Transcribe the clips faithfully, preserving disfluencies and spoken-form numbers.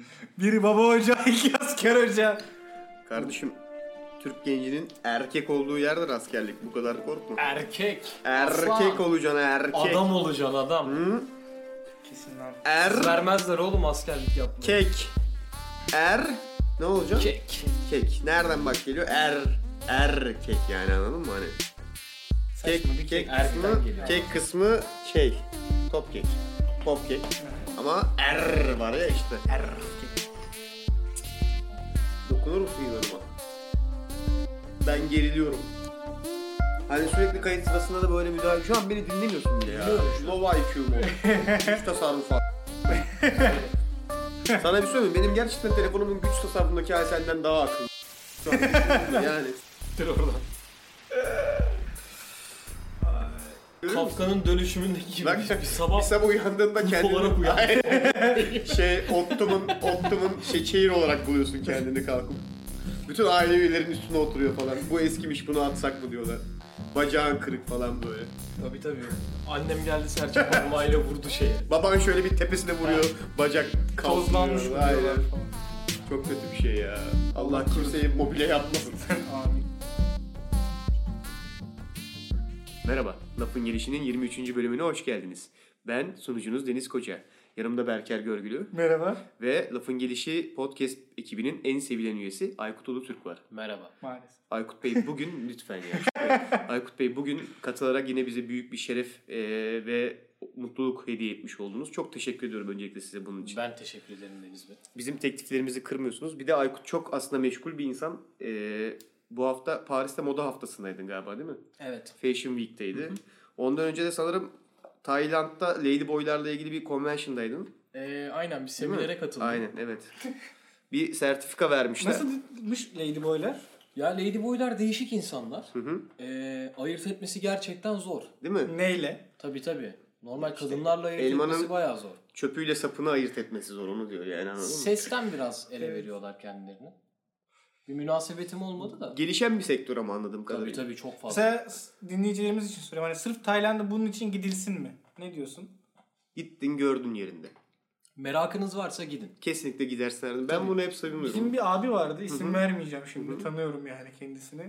Biri baba hoca, iki asker hoca. Kardeşim, Türk gencinin erkek olduğu yerdir askerlik. Bu kadar korkma. Erkek. Erkek Aslan. olacaksın erkek. Adam olacaksın adam. Hı? Kesinler. Er. Vermezler oğlum askerlik yapmayı. Kek. Er. Ne olacak? Kek. Kek. Nereden bak geliyor? Er. Erkek yani, anladın mı hani? Kek, Saçma bir kek kek. kısmı, Erkekten geliyor. kek kısmı şey, top kek, pop kek. Ama er var ya işte. Erkek. Dokunur musun yanıma? Ben geriliyorum. Hani sürekli kayıt sırasında da böyle müdahale... Şu an beni dinlemiyorsun bile ya. Low I Q'm o. Güç tasarrufu. Sana bir söyleyeyim, benim gerçekten telefonumun güç tasarrufundaki hali senden daha akıllı. Şu an yani. Dur oradan. Kafka'nın dönüşümündeki gibi Bak, bir sabah bir sabah uyandığında kendini... olarak uyan. şey, Optum'un, Optum'un şey, şehir olarak buluyorsun kendini kalkıp. Bütün aile üyelerin üstüne oturuyor falan. Bu eskimiş, bunu atsak mı diyorlar. Bacağın kırık falan böyle. Tabii tabii. Annem geldi serçe parmağıyla vurdu şeye. Baban şöyle bir tepesine vuruyor, bacak kalkıyor. Tozlanmış bu Aynen. diyorlar falan. Çok kötü bir şey ya. Allah kimseyi mobilya yapmasın. Amin. Merhaba, Lafın Gelişi'nin yirmi üçüncü bölümüne hoş geldiniz. Ben sunucunuz Deniz Koca. Yanımda Berker Görgülü. Merhaba. Ve Lafın Gelişi podcast ekibinin en sevilen üyesi Aykut Ulutürk var. Merhaba. Maalesef. Aykut Bey bugün lütfen ya. Aykut Bey bugün katılarak yine bize büyük bir şeref e, ve mutluluk hediye etmiş oldunuz. Çok teşekkür ediyorum öncelikle size bunun için. Ben teşekkür ederim Deniz Bey. Bizim tekliflerimizi kırmıyorsunuz. Bir de Aykut çok aslında meşgul bir insan. E, bu hafta Paris'te moda haftasındaydın galiba, değil mi? Evet. Fashion Week'teydi. Hı hı. Ondan önce de sanırım Tayland'da Ladyboy'larla ilgili bir convention'daydın. Ee, aynen bir seminere katıldım. Aynen, evet. Bir sertifika vermişler. Nasılmış Ladyboy'lar? Ya Ladyboy'lar değişik insanlar. Hı hı. Ee, ayırt etmesi gerçekten zor. Değil mi? Neyle? Tabii tabii. Normal kadınlarla ayırt elmanın etmesi bayağı zor. Çöpüyle sapını ayırt etmesi zor, onu diyor yani, anladın mı? Sesten biraz ele veriyorlar kendilerini. Bir münasebetim olmadı da. Gelişen bir sektör ama anladığım Tabii kadarıyla. tabii çok fazla. Mesela dinleyicilerimiz için soruyorum. Hani sırf Tayland'a bunun için gidilsin mi? Ne diyorsun? Gittin gördün yerinde. Merakınız varsa gidin. Kesinlikle gidersin. Ben Tabii. bunu hep savunuyorum. Bizim bir abi vardı. İsim Hı-hı. vermeyeceğim şimdi. Hı-hı. Tanıyorum yani kendisini.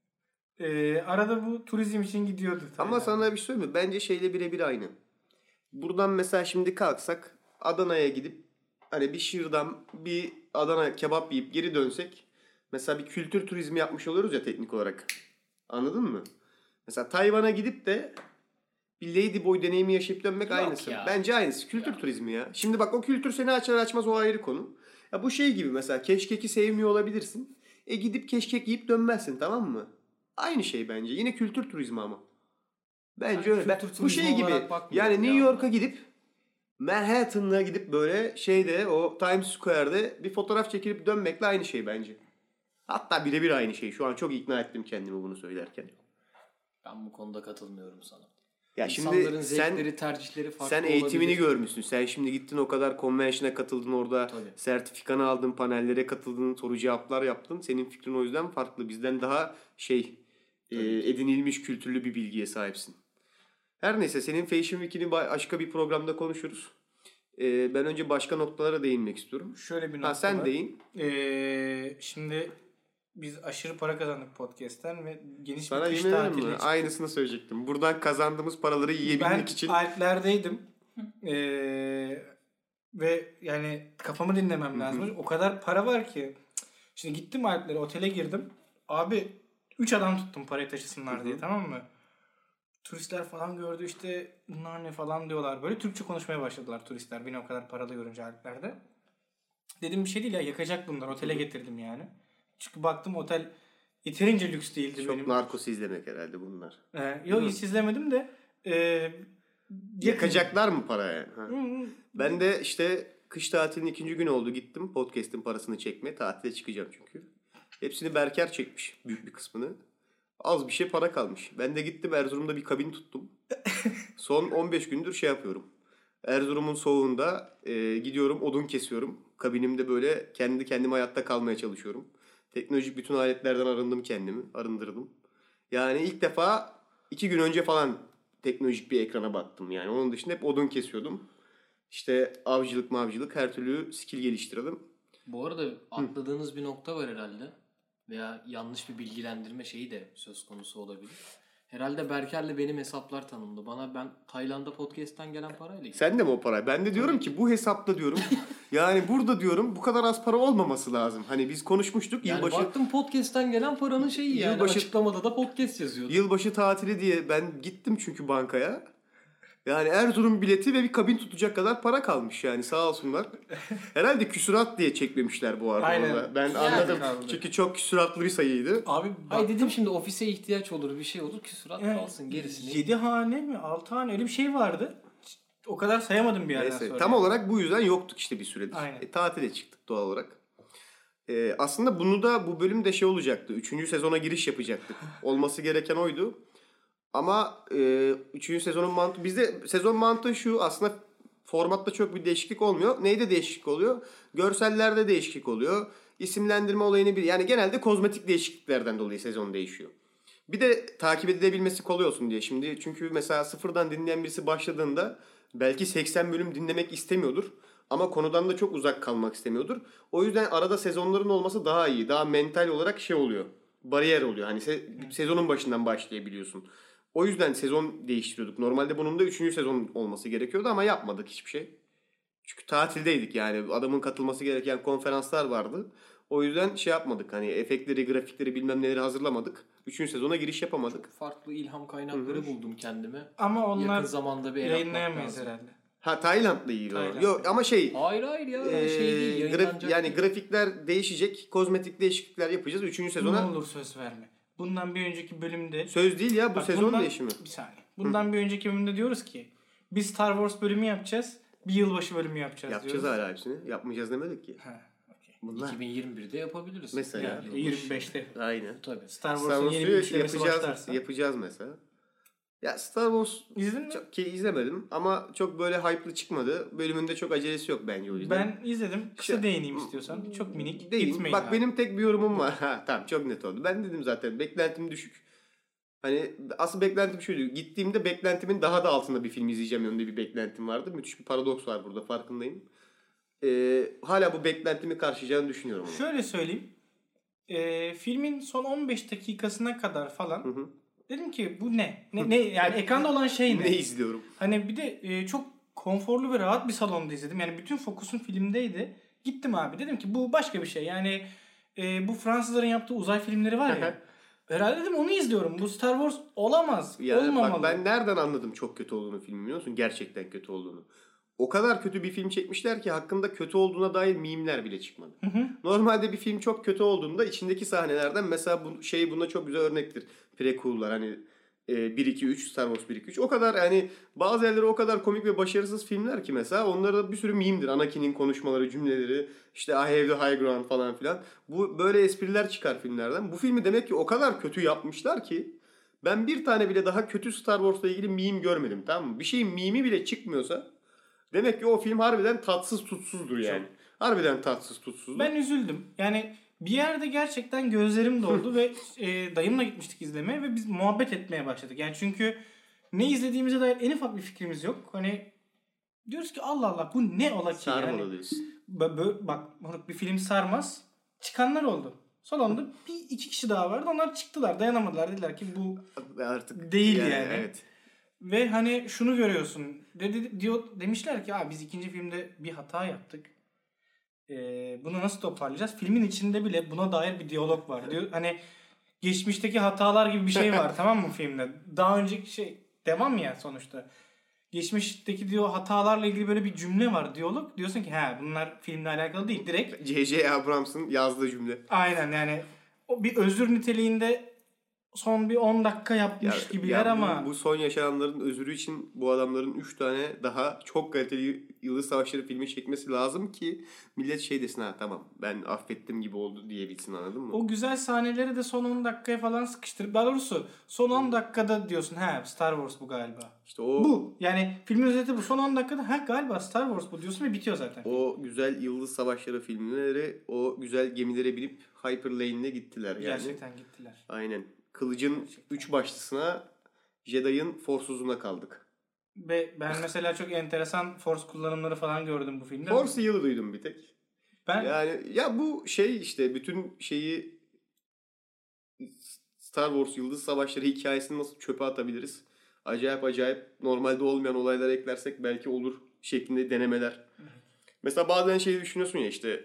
Ee, arada bu turizm için gidiyordu. Ama sana bir şey söyleyeyim mi? Bence şeyle birebir aynı. Buradan mesela şimdi kalksak Adana'ya gidip hani bir şırdan, bir Adana kebap yiyip geri dönsek mesela bir kültür turizmi yapmış oluyoruz ya teknik olarak. Anladın mı? Mesela Tayvan'a gidip de bir Ladyboy deneyimi yaşayıp dönmek Yok aynısı. ya. Bence aynısı. Kültür Ya. turizmi ya. Şimdi bak, o kültür seni açar açmaz o ayrı konu. Ya bu şey gibi, mesela keşkeki sevmiyor olabilirsin. E gidip keşkek yiyip dönmezsin, tamam mı? Aynı şey bence. Yine kültür turizmi ama. Bence Yani öyle. Ben, kültür bu turizmi şey gibi. olarak bakmıyorum Yani New ya. York'a gidip Manhattan'a gidip böyle şeyde, o Times Square'de bir fotoğraf çekilip dönmekle aynı şey bence. Hatta birebir aynı şey. Şu an çok ikna ettim kendimi bunu söylerken. Ben bu konuda katılmıyorum sana. Ya şimdi İnsanların sen zevkleri, tercihleri farklı sen eğitimini olabilir. görmüşsün. Sen şimdi gittin, o kadar konvensiyona katıldın orada. Tabii. Sertifikanı aldın, panellere katıldın, soru cevaplar yaptın. Senin fikrin o yüzden farklı. Bizden daha şey e, edinilmiş, kültürlü bir bilgiye sahipsin. Her neyse, senin Fashion Week'ini başka bir programda konuşuruz. E, ben önce başka noktalara değinmek istiyorum. Şöyle bir nokta Ha, sen var. değin. Ee, şimdi biz aşırı para kazandık podcast'ten ve geniş Sana bir kış yemin ederim tatiline mi? çıktık. Aynısını söyleyecektim. Buradan kazandığımız paraları yiyebilmek Ben için. Alplerdeydim. Ee, ve yani kafamı dinlemem lazım. O kadar para var ki. Şimdi gittim Alplere, otele girdim. Abi üç adam tuttum parayı taşısınlar diye, tamam mı? Turistler falan gördü, işte bunlar ne falan diyorlar. Böyle Türkçe konuşmaya başladılar turistler. Beni o kadar paralı görünce Alplerde. Dedim bir şey değil ya, yakacak bunlar. Otele getirdim yani. Çünkü baktım otel yeterince lüks değildi Çok benim. narkoz izlemek herhalde bunlar. Ee, yok hiç izlemedim de. E, Yakacaklar mı para yani? Ha. Hı hı. Ben de işte kış tatilinin ikinci günü oldu, gittim podcast'in parasını çekmeye. Tatile çıkacağım çünkü. Hepsini Berker çekmiş, büyük bir kısmını. Az bir şey para kalmış. Ben de gittim Erzurum'da bir kabin tuttum. Son on beş gündür şey yapıyorum. Erzurum'un soğuğunda e, gidiyorum, odun kesiyorum. Kabinimde böyle kendi kendime hayatta kalmaya çalışıyorum. Teknolojik bütün aletlerden arındım kendimi. Arındırdım. Yani ilk defa iki gün önce falan teknolojik bir ekrana baktım yani. Onun dışında hep odun kesiyordum. İşte avcılık mavcılık her türlü skill geliştirelim. Bu arada atladığınız Hı. bir nokta var herhalde. Veya yanlış bir bilgilendirme şeyi de söz konusu olabilir. Herhalde Berker'le benim hesaplar tanındı. Bana ben Tayland'a podcast'ten gelen parayla gittim. Sen de mi o parayı? Ben de diyorum ki bu hesapta diyorum. Yani burada diyorum bu kadar az para olmaması lazım. Hani biz konuşmuştuk. Yani yılbaşı... baktım podcast'ten gelen paranın şeyi yani. Yılbaşı... Açıklamada da podcast yazıyordu. Yılbaşı tatili diye ben gittim çünkü bankaya. Yani Erzurum bileti ve bir kabin tutacak kadar para kalmış yani sağ olsunlar. Herhalde küsurat diye çekmemişler bu arada. Aynen. Orada. Ben Yani anladım. kaldı. Çünkü çok küsuratlı bir sayıydı. Abi ay dedim şimdi ofise ihtiyaç olur bir şey olur küsurat yani, kalsın gerisini. yedi hane mi altı hane öyle bir şey vardı. O kadar sayamadım bir yerden Neyse, sonra. Tam olarak bu yüzden yoktuk işte bir süredir. E, tatile çıktık doğal olarak. E, aslında bunu da bu bölüm de şey olacaktı. Üçüncü sezona giriş yapacaktık. Olması gereken oydu. Ama e, üçüncü sezonun mantığı... Bizde sezon mantığı şu aslında formatta çok bir değişiklik olmuyor. Neyde değişiklik oluyor? Görsellerde değişiklik oluyor. İsimlendirme olayını bir... Yani genelde kozmetik değişikliklerden dolayı sezon değişiyor. Bir de takip edilebilmesi kolay olsun diye. Şimdi çünkü mesela sıfırdan dinleyen birisi başladığında belki seksen bölüm dinlemek istemiyordur. Ama konudan da çok uzak kalmak istemiyordur. O yüzden arada sezonların olması daha iyi. Daha mental olarak şey oluyor. Bariyer oluyor. Hani se- sezonun başından başlayabiliyorsun. O yüzden sezon değiştiriyorduk. Normalde bunun da üçüncü sezon olması gerekiyordu ama yapmadık hiçbir şey. Çünkü tatildeydik yani. Adamın katılması gereken konferanslar vardı. O yüzden şey yapmadık. Hani efektleri, grafikleri bilmem neleri hazırlamadık. Üçüncü sezona giriş yapamadık. Farklı ilham kaynakları Hı-hı. buldum kendime. Ama onlar yakın zamanda bir yayınlayamayız herhalde. Ha Tayland'da iyi o. Yok ama şey. Hayır hayır ya e, şey değil. Graf, yani grafikler değişecek. Kozmetik değişiklikler yapacağız. Üçüncü sezona. Ne olur söz verme. Bundan bir önceki bölümde... Söz değil ya bu Bak, sezon bundan, değişimi. Bir saniye. Bundan Hı. bir önceki bölümde diyoruz ki biz Star Wars bölümü yapacağız. Bir yılbaşı bölümü yapacağız Yapacağız diyoruz. hala hepsini. Yapmayacağız demedik ki. Ha, okay. Bunlar... iki bin yirmi birde yapabiliriz. Mesela. Yani, yirmi beşte. Aynen. Tabii. Star Wars'un yeni bir işlemesi yapacağız, başlarsa. Yapacağız mesela. Ya Star Wars İzledin mi? Çok, ki izlemedim ama çok böyle hype'lı çıkmadı. Bölümünde çok acelesi yok bence o yüzden. Ben izledim. Kısa şey, değineyim istiyorsan. Çok minik. Değil. Bak abi. Benim tek bir yorumum var. Ha tamam çok net oldu. Ben dedim zaten beklentim düşük. Hani asıl beklentim şuydu. Gittiğimde beklentimin daha da altında bir film izleyeceğim yönünde bir beklentim vardı. Müthiş bir paradoks var burada farkındayım. Ee, hala bu beklentimi karşılayacağını düşünüyorum. Onu. Şöyle söyleyeyim. Ee, filmin son on beş dakikasına kadar falan... Hı hı. Dedim ki bu ne? Ne, ne yani ekranda olan şey ne? Ne izliyorum? Hani bir de e, çok konforlu ve rahat bir salonda izledim. Yani bütün fokusum filmdeydi. Gittim abi. Dedim ki bu başka bir şey. Yani e, bu Fransızların yaptığı uzay filmleri var ya. Herhalde dedim onu izliyorum. Bu Star Wars olamaz. Ya olmamalı. Bak ben nereden anladım çok kötü olduğunu filmin biliyor musun? Gerçekten kötü olduğunu. O kadar kötü bir film çekmişler ki hakkında kötü olduğuna dair mimler bile çıkmadı. Hı hı. Normalde bir film çok kötü olduğunda içindeki sahnelerden mesela bu şey buna çok güzel örnektir. Prequel'lar hani e, bir iki üç Star Wars bir iki üç o kadar yani bazı yerleri o kadar komik ve başarısız filmler ki mesela onlarda bir sürü mimdir. Anakin'in konuşmaları, cümleleri, işte I have the high ground falan filan. Bu böyle espriler çıkar filmlerden. Bu filmi demek ki o kadar kötü yapmışlar ki ben bir tane bile daha kötü Star Wars'la ilgili meme görmedim, tamam mı? Bir şeyin mimi bile çıkmıyorsa demek ki o film harbiden tatsız tutsuzdur yani. Çok. Harbiden tatsız tutsuzdur. Ben üzüldüm. Yani bir yerde gerçekten gözlerim doldu ve e, dayımla gitmiştik izlemeye ve biz muhabbet etmeye başladık. Yani çünkü ne izlediğimize dair en ufak bir fikrimiz yok. Hani diyoruz ki Allah Allah bu ne ola ki yani. Sarmalı diyorsun. B- bak bir film sarmaz. Çıkanlar oldu. Salonda bir iki kişi daha vardı. Onlar çıktılar. Dayanamadılar. Dediler ki bu artık değil yani. yani. Evet. Ve hani şunu görüyorsun. Dedi, diyor, demişler ki biz ikinci filmde bir hata yaptık. Ee, bunu nasıl toparlayacağız? Filmin içinde bile buna dair bir diyalog var. Diyor hani geçmişteki hatalar gibi bir şey var tamam mı filmde? Daha önceki şey devam ya sonuçta. Geçmişteki diyor hatalarla ilgili böyle bir cümle var diyalog. Diyorsun ki he bunlar filmle alakalı değil. Direkt J J Abrams'ın yazdığı cümle. Aynen yani o bir özür niteliğinde son bir on dakika yapmış ya, gibiler ya ama. Bu, bu son yaşananların özürü için bu adamların üç tane daha çok kaliteli Yıldız Savaşları filmi çekmesi lazım ki millet şey desin ha tamam ben affettim gibi oldu diyebilsin, anladın mı? O güzel sahneleri de son on dakikaya falan sıkıştırıp daha doğrusu son on dakikada diyorsun ha Star Wars bu galiba. İşte o bu. Yani filmin özeti bu. Son on dakikada ha galiba Star Wars bu diyorsun ve bitiyor zaten. O güzel Yıldız Savaşları filmleri o güzel gemilere binip Hyperlane'e gittiler yani. Gerçekten gittiler. Aynen. Kılıcın üç başlısına Jedi'ın forsuzuna kaldık. Ve ben mesela çok enteresan Force kullanımları falan gördüm bu filmde. Force yılı duydum bir tek. Ben Yani ya bu şey işte bütün şeyi Star Wars Yıldız Savaşları hikayesini nasıl çöpe atabiliriz? Acayip acayip normalde olmayan olaylar eklersek belki olur şeklinde denemeler. Mesela bazen şeyi düşünüyorsun ya işte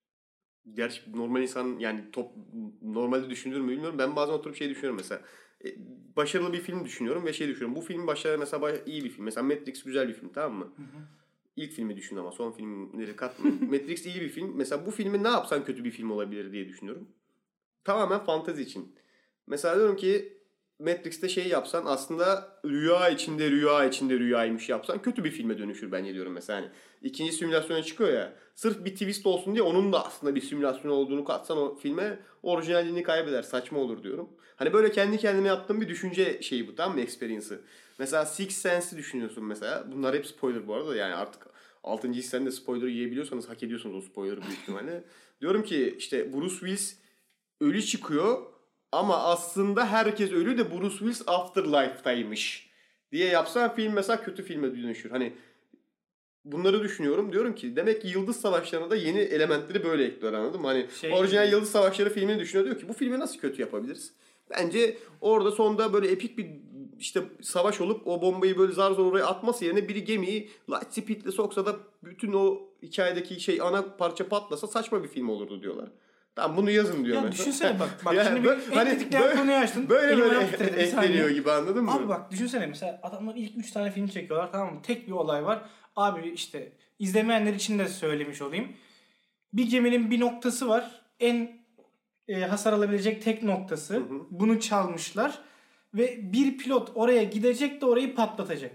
gerçi normal insan yani top normalde düşünür mü bilmiyorum. Ben bazen oturup şey düşünüyorum mesela. E, başarılı bir film düşünüyorum ve şey düşünüyorum. Bu film başarılı mesela bayağı iyi bir film. Mesela Matrix güzel bir film, tamam mı? Hı hı. İlk filmi düşün ama son filmleri katmayın. Matrix iyi bir film. Mesela bu filmi ne yapsan kötü bir film olabilir diye düşünüyorum. Tamamen fantezi için. Mesela diyorum ki Matrix'te şey yapsan aslında rüya içinde rüya içinde rüyaymış yapsan kötü bir filme dönüşür bence diyorum mesela. Hani ikinci simülasyona çıkıyor ya. Sırf bir twist olsun diye onun da aslında bir simülasyon olduğunu katsan o filme orijinalliğini kaybeder. Saçma olur diyorum. Hani böyle kendi kendime yaptığım bir düşünce şeyi bu, tamam mı? Experience'ı. Mesela Sixth Sense'i düşünüyorsun mesela. Bunlar hep spoiler bu arada, yani artık altıncı hissen de spoiler yiyebiliyorsanız hak ediyorsunuz o spoiler'ı büyük ihtimalle. Diyorum ki işte Bruce Willis ölü çıkıyor ama aslında herkes ölü de Bruce Willis Afterlife'taymış diye yapsan film mesela kötü filme dönüşür. Hani bunları düşünüyorum. Diyorum ki demek ki Yıldız Savaşları'na da yeni elementleri böyle ekliyor, anladın mı? Hani Şey orijinal gibi. Yıldız Savaşları filmini düşünüyor. Diyor ki bu filmi nasıl kötü yapabiliriz? Bence orada sonunda böyle epik bir işte savaş olup o bombayı böyle zar zor oraya atması yerine biri gemiyi light speed'le soksa da bütün o hikayedeki şey ana parça patlasa saçma bir film olurdu diyorlar. Tamam bunu yazın diyor Ya mesela. düşünsene bak. Bak Yani şimdi böyle- bir hani en tetikleyen böyle- konuyu açtın. Böyle Elim böyle ayağım titredi, bir saniye. ekleniyor gibi, anladın mı? Abi bak düşünsene mesela adamlar ilk üç tane film çekiyorlar, tamam mı? Tek bir olay var. Abi işte izlemeyenler için de söylemiş olayım. Bir geminin bir noktası var. En e, hasar alabilecek tek noktası. Hı hı. Bunu çalmışlar. Ve bir pilot oraya gidecek de orayı patlatacak.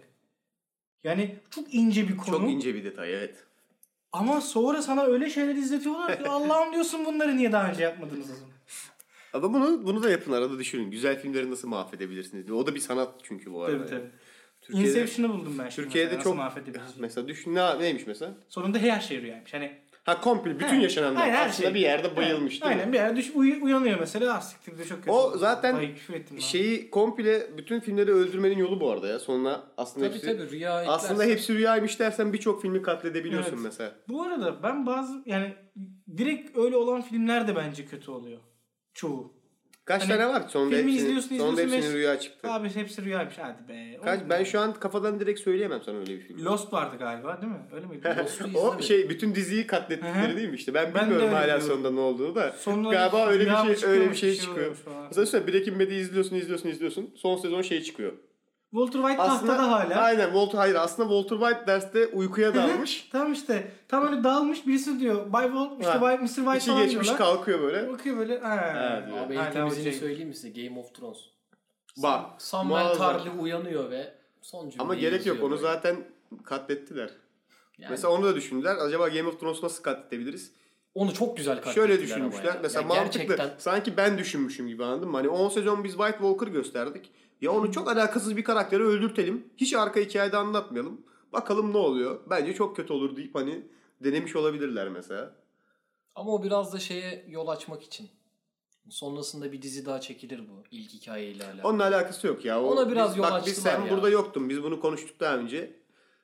Yani çok ince bir konu. Çok ince bir detay, evet. Ama sonra sana öyle şeyler izletiyorlar ki Allah'ım diyorsun, bunları niye daha önce yapmadınız o zaman? Ama bunu bunu da yapın, arada düşünün. Güzel filmleri nasıl mahvedebilirsiniz diye. O da bir sanat çünkü bu arada. Tabii tabii. Yani. Türkiye'de, Inception'ı buldum ben şimdi. Türkiye'de mesela, çok nasıl mahvedebiliriz? mesela düşün ne neymiş mesela? Sonunda her şey rüyaymış. Hani Ha komple bütün He. yaşananlar Aynen, her aslında şey. bir yerde bayılmış değil aynen mi? bir yerde düş, uy- uyanıyor mesela. Ah siktir de çok kötü. O oldu. zaten Ay, küfür ettim lan. Şeyi komple bütün filmleri öldürmenin yolu bu arada ya. Sonra aslında Tabii hepsi tabii rüya aslında eklersen- hepsi rüyaymış dersen birçok filmi katledebiliyorsun Evet. mesela. Bu arada ben bazı yani direkt öyle olan filmler de bence kötü oluyor. Çoğu. Kaç Hani tane var ki sonunda filmi hepsinin, izliyorsun, sonunda izliyorsun hepsinin ve- rüya çıktı. Abi hepsi rüyaymış, hadi be. Kaç, Olmuyor. ben şu an kafadan direkt söyleyemem sana öyle bir film. Lost vardı galiba değil mi? Öyle miydi? Lost'u O izlemedim. şey bütün diziyi katlettikleri Hı hı. değil mi işte? Ben Ben de bilmiyorum öyle hala biliyorum. sonunda ne olduğunu da. Sonunda Galiba öyle rüya mı bir şey öyle bir çıkıyormuş, şey bir şey çıkıyor. oluyormuş falan. Mesela işte Breaking Bad'i izliyorsun, izliyorsun, izliyorsun. Son sezon şey çıkıyor. Walter White Aslında tahtada hala. aynen Walter hayır aslında Walter White derste uykuya dalmış. Tam işte tam öyle dağılmış birisi diyor. Bay Walt, işte Ha. Bay, mister White İçi falan geçmiş diyorlar. kalkıyor böyle. Bakıyor böyle. Ha. Evet, diyor. Abi Hala en temizini hocayım. söyleyeyim mi size? Game of Thrones. Bak, Samuel muazzam. Tarly uyanıyor ve son cümleyi Ama gerek yok, yazıyor onu böyle. zaten katlettiler. Yani Mesela onu da düşündüler. Acaba Game of Thrones'u nasıl katletebiliriz? onu çok güzel katlettiler Şöyle ama düşünmüşler. ya. Mesela Ya mantıklı. gerçekten Sanki ben düşünmüşüm gibi, anladın mı? Hani on sezon biz White Walker gösterdik. Ya onu çok alakasız bir karakteri öldürtelim. Hiç arka hikayede anlatmayalım. Bakalım ne oluyor. Bence çok kötü olur deyip hani denemiş olabilirler mesela. ama o biraz da şeye yol açmak için. Sonrasında bir dizi daha çekilir bu ilk hikayeyle alakalı. Onunla alakası yok ya. O, Ona biraz biz, yol bak biz açtılar sen ya. burada yoktun. Biz bunu konuştuk daha önce.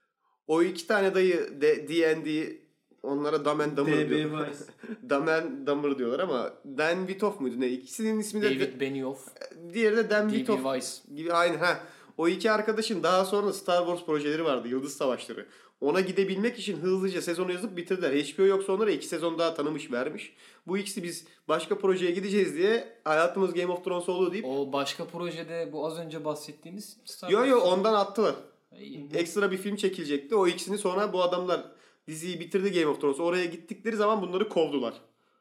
O iki tane dayı de, D and D onlara Dumb and Dumber D B diyor. Wise. Dumb and Dumber diyorlar ama Dan Withoff muydu ne? İkisinin ismi de David Benioff, diğeri de Dan D B Withoff Weiss. gibi aynı ha. O iki arkadaşın daha sonra Star Wars projeleri vardı. Yıldız Savaşları. Ona gidebilmek için hızlıca sezonu yazıp bitirdiler. H B O yoksa onlara iki sezon daha tanımış vermiş. Bu ikisi biz başka projeye gideceğiz diye hayatımız Game of Thrones oldu deyip O başka projede bu az önce bahsettiğimiz Star yo yo Wars- ondan attılar. İyi. Ekstra bir film çekilecekti. O ikisini sonra bu adamlar diziyi bitirdi Game of Thrones. Oraya gittikleri zaman bunları kovdular.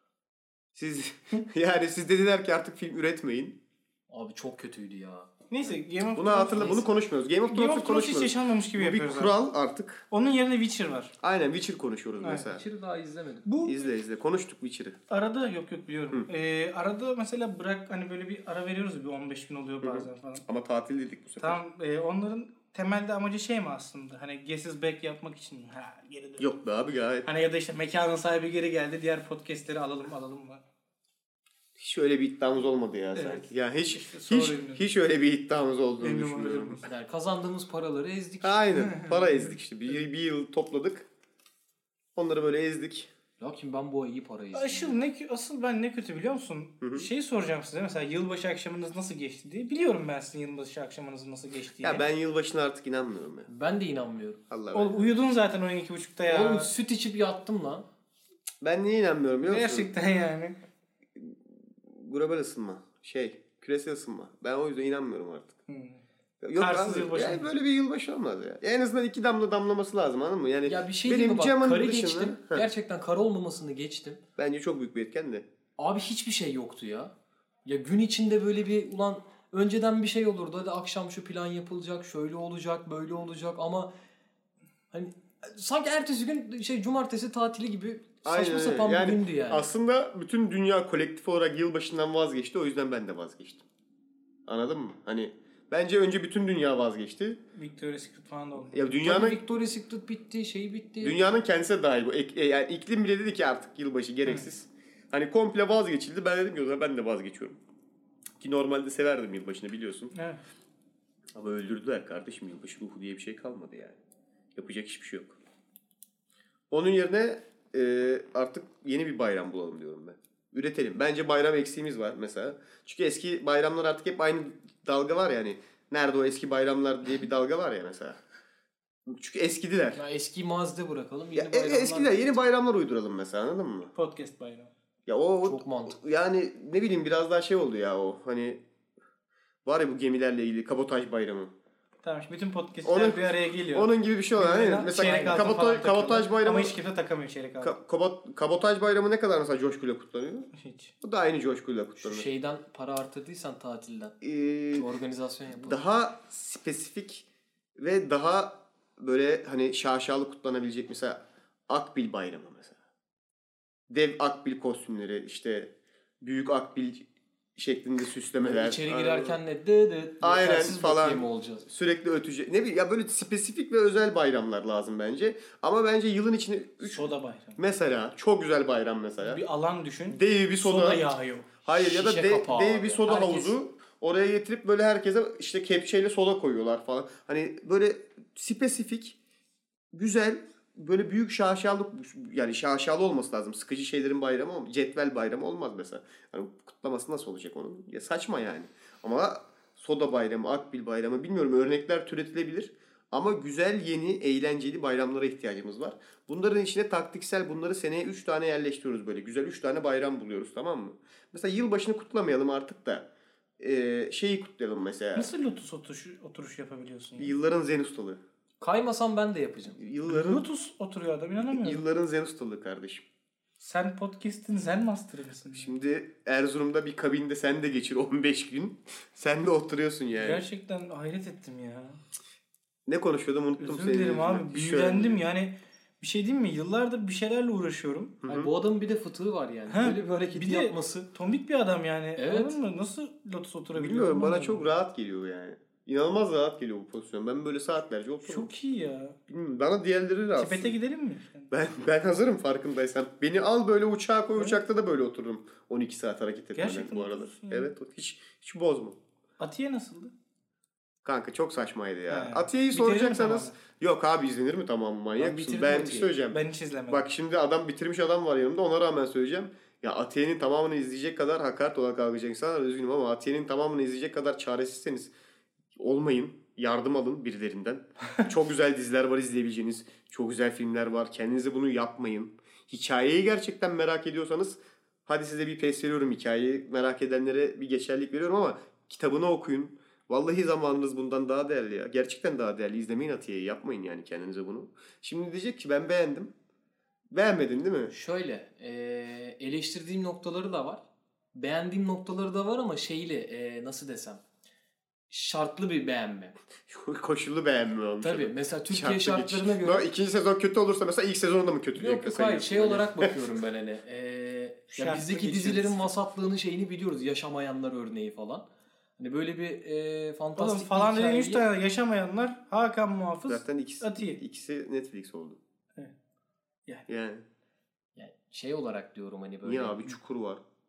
Siz yani siz dediler ki artık film üretmeyin. Abi çok kötüydü ya. Neyse Game of Bunu Thrones. hatırla, bunu konuşmuyoruz. Game of Game Thrones'u of Thrones hiç konuşmuyoruz. yaşanmamış gibi Bu bir yapıyoruz. abi. kural artık. Onun yerine Witcher var. Aynen Witcher konuşuyoruz Evet. mesela. Witcher'ı daha izlemedim. Bu İzle izle. Konuştuk Witcher'ı. arada yok yok biliyorum. Ee, arada mesela bırak hani böyle bir ara veriyoruz, bir on beş gün oluyor bazen falan. Ama tatil dedik bu sefer. Tamam e, onların temelde amacı şey mi aslında? Hani guess is back yapmak için mi? Ha geri dön. Yok be abi gayet. Hani ya da işte mekanın sahibi geri geldi, diğer podcastleri alalım alalım mı? Hiç öyle bir iddiamız olmadı ya Evet. sanki. Yani hiç İşte hiç sorun. hiç öyle bir iddiamız olduğunu Benim düşünmüyorum. olabilir. Yani kazandığımız paraları ezdik. Aynen. Para ezdik işte. Bir, bir yıl topladık. Onları böyle ezdik. Lakin ben bu ay iyi para ezdim. Asıl ne kö- asıl ben ne kötü biliyor musun? Hı hı. Şeyi soracağım size mesela yılbaşı akşamınız nasıl geçti diye. Biliyorum ben sizin yılbaşı akşamınızın nasıl geçtiğini. Ya ben yılbaşına artık inanmıyorum ya. Ben de inanmıyorum. Allah Oğlum Allah. uyudun zaten on iki buçukta ya. Oğlum süt içip yattım lan. Ben niye inanmıyorum biliyor musun? Gerçekten yani. Global ısınma. Şey, küresel ısınma. Ben o yüzden inanmıyorum artık. Hmm. Yok Karsız abi, yılbaşı yani mı? böyle bir yılbaşı olmaz ya. Ya en azından iki damla damlaması lazım anladın mı? Yani Ya bir şey benim diyeyim mi bak, camın karı dışında- geçtim. Heh. Gerçekten kar olmamasını geçtim. Bence çok büyük bir etken de. Abi hiçbir şey yoktu ya. Ya gün içinde böyle bir ulan önceden bir şey olurdu. Hadi akşam şu plan yapılacak, şöyle olacak, böyle olacak ama hani sanki ertesi gün şey cumartesi tatili gibi saçma Aynen öyle. sapan Yani bir gündü yani. Aslında bütün dünya kolektif olarak yılbaşından vazgeçti. O yüzden ben de vazgeçtim. Anladın mı? Hani bence önce bütün dünya vazgeçti. Victoria's Secret falan da oldu. Ya dünyanın Tabii Victoria's Secret bitti, şey bitti. dünyanın kendisi de dahil bu. Ek- e, yani iklim bile dedi ki artık yılbaşı gereksiz. Hani komple vazgeçildi. Ben dedim ki o zaman ben de vazgeçiyorum. Ki normalde severdim yılbaşını biliyorsun. Evet. Ama öldürdüler kardeşim. Yılbaşı ruhu diye bir şey kalmadı yani. Yapacak hiçbir şey yok. Onun yerine e, artık yeni bir bayram bulalım diyorum ben. Üretelim. Bence bayram eksiğimiz var mesela. Çünkü eski bayramlar artık hep aynı dalga var yani. Nerede o eski bayramlar diye bir dalga var ya mesela. Çünkü eskidiler. Ya eski mazide bırakalım. Ya, Yeni e, bayramlar. eskidiler. Yeni bayramlar uyduralım mesela anladın mı? Podcast bayramı. Ya o Çok mantıklı. yani ne bileyim biraz daha şey oldu ya o. Hani var ya bu gemilerle ilgili kabotaj bayramı. Tamam şimdi bütün podcastler Onun- bir araya geliyor. Onun gibi bir şey olan. Hani Birbirine mesela çeyrek altın kabotaj, falan takıyorlar. kabotaj bayramı Ama hiç kimse takamıyor çeyrek altın. Ka- kabot- kabotaj bayramı ne kadar mesela coşkuyla kutlanıyor? Hiç. Bu da aynı coşkuyla Şu kutlanıyor. şeyden para artırdıysan tatilden. Ee, Şu organizasyon yapalım. daha spesifik ve daha böyle hani şaşalı kutlanabilecek mesela Akbil bayramı mesela. Dev Akbil kostümleri işte büyük Akbil şeklinde süslemeler. İçeri Anladın girerken mı? ne dı dı Aynen yetersiz falan. bakayım olacağız. Sürekli ötecek. Ne bileyim ya böyle spesifik ve özel bayramlar lazım bence. Ama bence yılın içinde üç Soda bayramı. mesela çok güzel bayram mesela. Bir alan düşün. Dev bir soda. Soda yağıyor. Hayır ya da Şişe de, kapağı dev abi. bir soda Herkes- havuzu. Oraya getirip böyle herkese işte kepçeyle soda koyuyorlar falan. Hani böyle spesifik, güzel, böyle büyük şaşalı yani şaşalı olması lazım. Sıkıcı şeylerin bayramı ama cetvel bayramı olmaz mesela. Hani kutlaması nasıl olacak onun? Ya saçma yani. Ama soda bayramı, akbil bayramı bilmiyorum örnekler türetilebilir. Ama güzel, yeni, eğlenceli bayramlara ihtiyacımız var. Bunların içine taktiksel bunları seneye üç tane yerleştiriyoruz böyle. Güzel üç tane bayram buluyoruz tamam mı? Mesela yılbaşını kutlamayalım artık da e, şeyi kutlayalım mesela. Nasıl lotus oturuş, oturuş yapabiliyorsun ya? Yılların zen ustalığı. Kaymasam ben de yapacağım. Yılların, Lotus oturuyor adam inanamıyorum. yılların zen ustalığı kardeşim. Sen podcast'in zen master'ı mısın? Şimdi Erzurum'da bir kabinde sen de geçir on beş gün. Sen de oturuyorsun yani. Gerçekten hayret ettim ya. Ne konuşuyordum unuttum Özür senin dilerim yüzünden. abi. Büyülendim yani. Bir şey diyeyim mi? Yıllardır bir şeylerle uğraşıyorum. Yani bu adamın bir de fıtığı var yani. Ha, Böyle bir hareketi bir de- yapması. Tombik bir adam yani. Evet. Anladın mı? Nasıl lotus oturabiliyor? Bilmiyorum bana Anlamadım. çok rahat geliyor yani. İnanılmaz rahat geliyor bu pozisyon. Ben böyle saatlerce otururum. Çok iyi ya. Bilmiyorum, bana diğerleri rahatsız. Tibet'e gidelim mi? Ben ben hazırım farkındaysan. Beni al böyle uçağa koy uçakta da böyle otururum. on iki saat hareket etmeden Gerçekten bu arada. oturursun ya. Evet hiç hiç bozma. Atiye nasıldı? Kanka çok saçmaydı ya. He. Atiye'yi Bitirdin mi soracaksanız tamamen? yok abi izlenir mi tamam manyak Ben mısın? bitirdim Ben bir Atiye'yi. şey söyleyeceğim. Ben hiç izlemedim. Bak şimdi adam bitirmiş adam var yanımda ona rağmen söyleyeceğim. Ya Atiye'nin tamamını izleyecek kadar hakaret olarak algılayacak insanlar üzgünüm ama Atiye'nin tamamını izleyecek kadar çaresizseniz olmayın. Yardım alın birilerinden. Çok güzel diziler var izleyebileceğiniz. Çok güzel filmler var. Kendinize bunu yapmayın. Hikayeyi gerçekten merak ediyorsanız hadi size bir pes veriyorum hikayeyi. Merak edenlere bir geçerlilik veriyorum ama kitabını okuyun. Vallahi zamanınız bundan daha değerli ya. Gerçekten daha değerli. İzlemeyin Atiye'yi. Yapmayın yani kendinize bunu. Şimdi diyecek ki ben beğendim. Beğenmedin değil mi? Şöyle e, eleştirdiğim noktaları da var. Beğendiğim noktaları da var ama şeyli e, nasıl desem şartlı bir beğenme. Koşullu beğenme olmuş. Tabii mesela Türkiye Şartlı geçiş. şartlarına göre Böyle ikinci sezon kötü olursa mesela ilk sezonda mı kötü diye yok yok hayır sayıyorsun şey yani. olarak bakıyorum ben hani. E, ya Şartlı bizdeki geçiş. dizilerin vasatlığını şeyini biliyoruz. Yaşamayanlar örneği falan. Hani böyle bir e, fantastik Oğlum falan bir dediğin üç hikayeyi- tane yaşamayanlar Hakan Muhafız, Zaten ikisi, Atiye. ikisi Netflix oldu. Evet. Yani. Yani. yani şey olarak diyorum hani böyle. Niye abi Çukur var.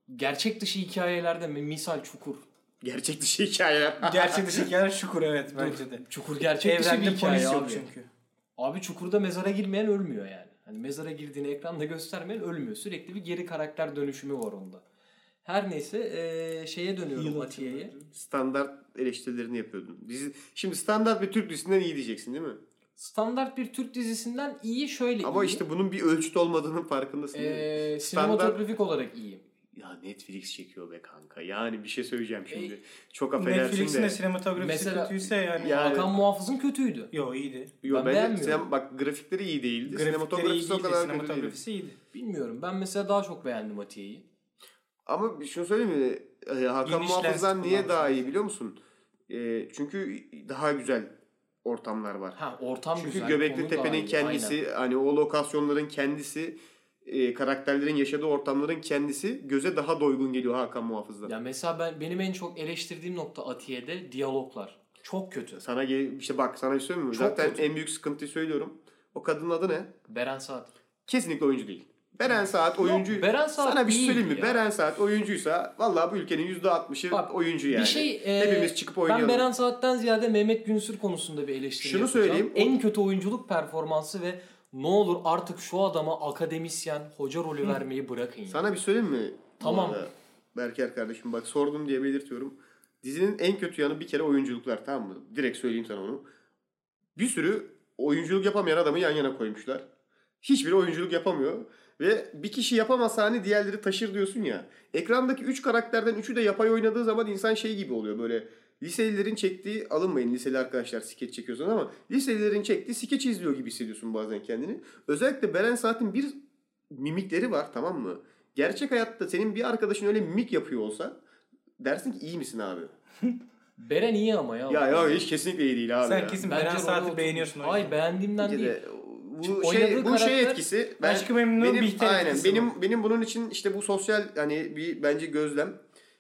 gerçek dışı hikayelerde misal Çukur. Gerçek dışı hikayeler. Gerçek dışı hikayeler Çukur evet bence de. Çukur gerçek dışı bir Evrende hikaye polis yok abi. çünkü. Abi Çukur'da mezara girmeyen ölmüyor yani. Hani mezara girdiğini ekranda göstermeyen ölmüyor. Sürekli bir geri karakter dönüşümü var onda. Her neyse ee, şeye dönüyorum Yıl Atiye'ye. Standart eleştirilerini yapıyordun. Dizi, şimdi standart bir Türk dizisinden iyi diyeceksin değil mi? Standart bir Türk dizisinden iyi şöyle Ama iyi. işte bunun bir ölçüt olmadığının farkındasın değil mi? Ee, Standart... sinematografik olarak iyi. Ya Netflix çekiyor be kanka. Yani bir şey söyleyeceğim şimdi. E, Çok affedersin Netflix'in de de. sinematografisi Mesela- kötüyse yani. Ya- Yani- Hakan Muhafız'ın kötüydü. Yo iyiydi. Yo, Ben bence beğenmiyorum. sen bak grafikleri iyi değildi. Grafikleri iyi Sinematografisi o değildi, kadar kötü değildi. sinematografisi iyiydi. Bilmiyorum. Ben mesela daha çok beğendim Atiye'yi. Ama bir şunu söyleyeyim mi? Ee, Hakan Geniş Muhafız'dan lens niye daha iyi kullanmışlar. biliyor musun? Ee, çünkü daha güzel ortamlar var. Ha ortam Çünkü güzel. Göbekli konu daha Tepe'nin iyi, kendisi, aynen. hani o lokasyonların kendisi, e, karakterlerin yaşadığı ortamların kendisi göze daha doygun geliyor Hakan Muhafız'da. Ya mesela ben benim en çok eleştirdiğim nokta Atiye'de diyaloglar. Çok kötü. Sana gel işte bak sana bir şey söyleyeyim mi? Çok Zaten kötü. en büyük sıkıntıyı söylüyorum. O kadının adı ne? Beren Saat. Kesinlikle oyuncu değil. Beren Saat oyuncu. Yok, Beren Saat sana bir şey söyleyeyim mi? iyiydi ya. Beren Saat oyuncuysa vallahi bu ülkenin yüzde altmışı Bak, oyuncu yani. Bir şey, e, Hepimiz çıkıp oynayalım. Ben Beren Saat'ten ziyade Mehmet Günsür konusunda bir eleştiri Şunu yapacağım. söyleyeyim, o- En kötü oyunculuk performansı ve ne olur artık şu adama akademisyen, hoca rolü vermeyi bırakın. Ya. Sana bir söyleyeyim mi? Tamam. Bu arada Berker kardeşim bak sordum diye belirtiyorum. Dizinin en kötü yanı bir kere oyunculuklar, tamam mı? Direkt söyleyeyim sana onu. Bir sürü oyunculuk yapamayan adamı yan yana koymuşlar. Hiçbiri oyunculuk yapamıyor. Ve bir kişi yapamasa hani diğerleri taşır diyorsun ya. Ekrandaki üç karakterden üçü de yapay oynadığı zaman insan şey gibi oluyor böyle. Liselilerin çektiği, alınmayın liseli arkadaşlar skeç çekiyorsunuz ama liselilerin çektiği skeç izliyor gibi hissediyorsun bazen kendini. Özellikle Beren Saat'in bir mimikleri var, tamam mı? Gerçek hayatta senin bir arkadaşın öyle mimik yapıyor olsa dersin ki iyi misin abi? Beren iyi ama ya. Ya ya hiç kesinlikle iyi değil abi. Sen ya. kesin Bence Beren role Saat'i oturmuş. beğeniyorsun. o yüzden. Hayır beğendiğimden Bence değil. de bu Çünkü şey oynadığı bu şey karakter- etkisi Aşk-ı Memnu'nun benim Bihter aynen etkisi benim var. benim bunun için işte bu sosyal hani bir bence gözlem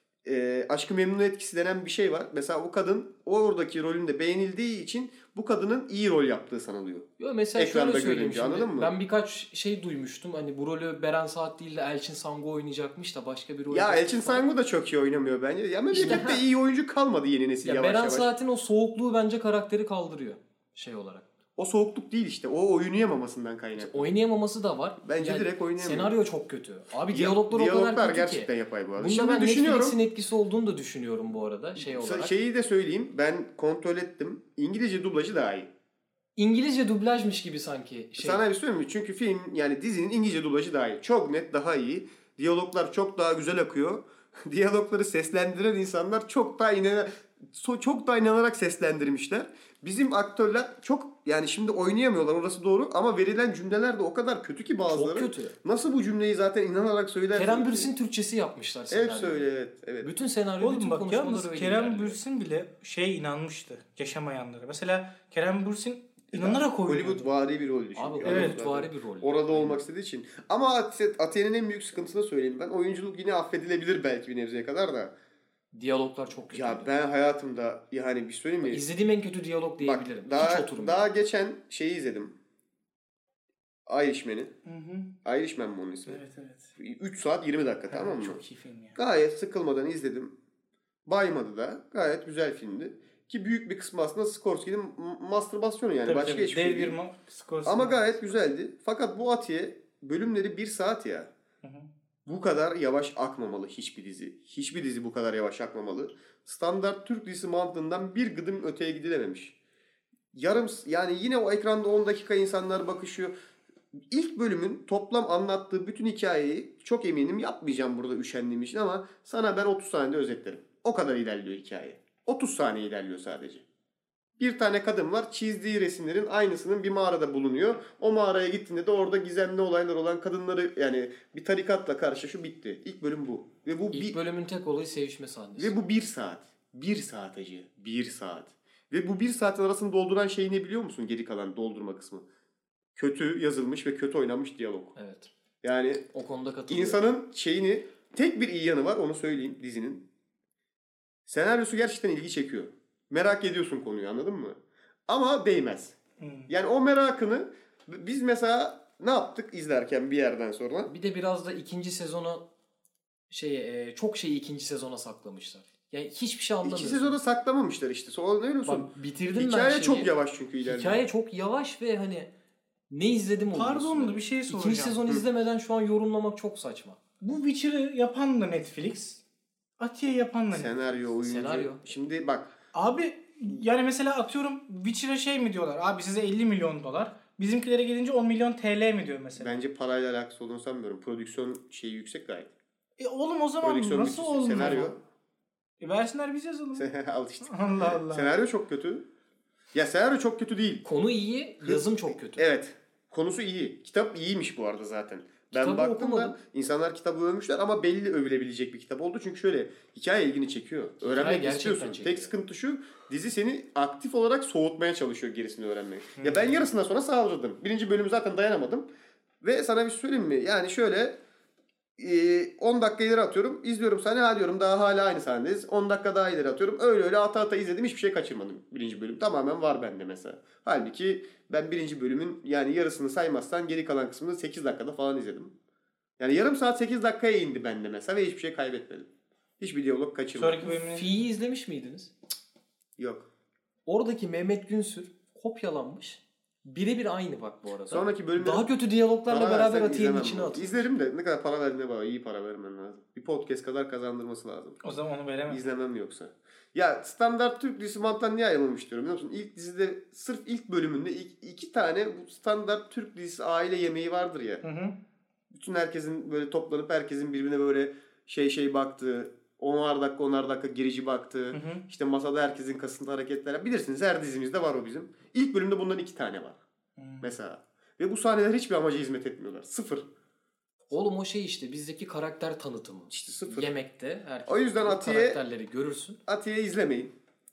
e, Aşk-ı Memnu etkisi denen bir şey var. Mesela o kadın oradaki rolünde beğenildiği için bu kadının iyi rol yaptığı sanılıyor. Yo, mesela Ekranda şöyle söyleyeyim görünce, şimdi. anladın mı? Ben birkaç şey duymuştum. Hani bu rolü Beren Saat değil de Elçin Sango oynayacakmış da başka bir rol. Ya yapacak Elçin falan. Sangu da çok iyi oynamıyor bence. Ya ama İşte birlikte ha. iyi oyuncu kalmadı yeni nesil Ya yavaş Beren yavaş. Saat'in o soğukluğu bence karakteri kaldırıyor şey olarak. O soğukluk değil işte. O oynayamamasından kaynaklı. Oynayamaması da var. Bence Yani direkt oynayamıyor. Senaryo çok kötü. Abi Diya- diyaloglar o kadar diyaloglar kötü gerçekten ki. yapay bu arada. Bunda Şimdi ben düşünüyorum. Netflix'in etkisi olduğunu da düşünüyorum bu arada şey olarak. Şeyi de söyleyeyim. Ben kontrol ettim. İngilizce dublajı daha iyi. İngilizce dublajmış gibi sanki. Şey. Sana bir söyleyeyim mi? Çünkü film yani dizinin İngilizce dublajı daha iyi. Çok net daha iyi. Diyaloglar çok daha güzel akıyor. Diyalogları seslendiren insanlar çok daha inan çok daha inanarak seslendirmişler. Bizim aktörler çok yani şimdi oynayamıyorlar orası doğru ama verilen cümleler de o kadar kötü ki bazıları. Çok kötü. Nasıl bu cümleyi zaten inanarak söylersin? Kerem ki? Bürsin Türkçesi yapmışlar Hep senaryoyu. söyle evet. evet. Bütün senaryo, bütün Oğlum bak konuşmaları yalnız öyle Kerem ilerliyor. Bürsin bile şey inanmıştı yaşamayanlara. Mesela Kerem Bürsin inanarak oynuyordu. Hollywood vari bir rol düşün. Abi Evet. Hollywood vari bir rol. Orada olmak istediği için. Ama Ati- Atiye'nin en büyük sıkıntısını söyleyeyim ben. Oyunculuk yine affedilebilir belki bir nebzeye kadar da. Diyaloglar çok kötü. Ya ben hayatımda yani bir söyleyeyim mi? İzlediğim en kötü diyalog Bak diyebilirim. Hiç daha, oturmuyor. daha geçen şeyi izledim. Irishman'i. Hı hı. Irishman mı onun ismi? Evet evet. üç saat yirmi dakika tamam mı? Çok iyi film ya. Gayet sıkılmadan izledim. Baymadı da. Gayet güzel filmdi. Ki büyük bir kısmı aslında Scorsese'nin m- mastürbasyonu yani. Tabii, Başka tabii. hiçbir şey Dev değil. bir ma- Scorsese. Ama gayet güzeldi. Fakat bu Atiye bölümleri bir saat ya. Hı hı. Bu kadar yavaş akmamalı hiçbir dizi. Hiçbir dizi bu kadar yavaş akmamalı. Standart Türk dizisi mantığından bir gıdım öteye gidilememiş. Yarım yani yine o ekranda on dakika insanlar bakışıyor. İlk bölümün toplam anlattığı bütün hikayeyi çok eminim yapmayacağım burada üşendiğim için ama sana ben otuz saniyede özetlerim. O kadar ilerliyor hikaye. otuz saniye ilerliyor sadece. Bir tane kadın var. Çizdiği resimlerin aynısının bir mağarada bulunuyor. O mağaraya gittiğinde de orada gizemli olaylar olan kadınları yani bir tarikatla karşılaşıyor bitti. İlk bölüm bu. Ve bu İlk bir, bölümün tek olayı sevişme sahnesi. ve bu bir saat. Bir saat acı. Bir saat. Ve bu bir saatin arasını dolduran şey ne biliyor musun? Geri kalan doldurma kısmı. Kötü yazılmış ve kötü oynanmış diyalog. Evet. Yani O konuda katılıyorum. insanın şeyini tek bir iyi yanı var onu söyleyeyim dizinin. Senaryosu gerçekten ilgi çekiyor. Merak ediyorsun konuyu anladın mı? Ama değmez. Hı. Yani o merakını biz mesela ne yaptık izlerken bir yerden sonra? Bir de biraz da ikinci sezonu şey e, çok şeyi ikinci sezona saklamışlar. Yani hiçbir şey anlamıyorsun. İki sezona saklamamışlar işte. Sonra ne olsun? Bak, bitirdim ben Hikaye şeyi. çok yavaş çünkü ileride. Hikaye çok yavaş ve hani ne izledim oluyorsun. Pardon da bir şey soracağım. İkinci sezon izlemeden şu an yorumlamak çok saçma. Bu Witcher'ı yapan da Netflix. Atiye yapan da Netflix. Senaryo, oyuncu. Senaryo. Şimdi bak. Abi yani mesela atıyorum Witcher'a şey mi diyorlar? Abi size elli milyon dolar. Bizimkilere gelince on milyon T L mi diyor mesela? Bence parayla alakası olduğunu sanmıyorum. Prodüksiyon şeyi yüksek gayet. E oğlum o zaman Prodüksiyon nasıl bütçesi, olmuyor? senaryo. E versinler biz yazalım. Al işte. Allah Allah. Senaryo çok kötü. Ya senaryo çok kötü değil. Konu iyi, yazım çok kötü. Evet. Konusu iyi. Kitap iyiymiş bu arada zaten. Ben Kitabı baktım okumadım. da insanlar kitabı övmüşler ama belli övülebilecek bir kitap oldu. Çünkü şöyle hikaye ilgini çekiyor. Öğrenmek gerçekten istiyorsun. çekiyor. Tek sıkıntı şu, dizi seni aktif olarak soğutmaya çalışıyor gerisini öğrenmeye. Ya ben yarısından sonra saldırdım. Birinci bölümü zaten dayanamadım. Ve sana bir şey söyleyeyim mi? Yani şöyle on dakika ileri atıyorum. İzliyorum sahne, ha diyorum daha hala aynı sahnedeyiz. on dakika daha ileri atıyorum. Öyle öyle ata ata izledim. Hiçbir şey kaçırmadım birinci bölüm. Tamamen var bende mesela. Halbuki ben birinci bölümün yani yarısını saymazsan geri kalan kısmını sekiz dakikada falan izledim. Yani yarım saat sekiz dakikaya indi bende mesela ve hiçbir şey kaybetmedim. Hiçbir diyalog kaçırmadım. Sonraki bölümün... Fi'yi izlemiş miydiniz? Yok. Oradaki Mehmet Günsür kopyalanmış. Birebir aynı bak bu arada. Sonraki bölümde daha kötü diyaloglarla beraber Atiye'nin içine atıyor. İzlerim de ne kadar para verdiğine bağlı. İyi para vermen lazım. Bir podcast kadar kazandırması lazım. O zaman onu veremem. İzlemem yoksa. Ya standart Türk dizisi mantığından niye ayrılmamış diyorum biliyor musun? İlk dizide sırf ilk bölümünde ilk, iki tane bu standart Türk dizisi aile yemeği vardır ya. Hı hı. Bütün herkesin böyle toplanıp herkesin birbirine böyle şey şey baktığı, onar dakika onar dakika gerici baktığı, Hı hı. işte masada herkesin kasıntı hareketler. Bilirsiniz her dizimizde var o bizim. İlk bölümde bundan iki tane var. Hı. Mesela. Ve bu sahneler hiçbir amaca hizmet etmiyorlar. Sıfır. Oğlum o şey işte bizdeki karakter tanıtımı. İşte sıfır. Yemekte herkes o yüzden Atiye, karakterleri görürsün. Atiye izlemeyin.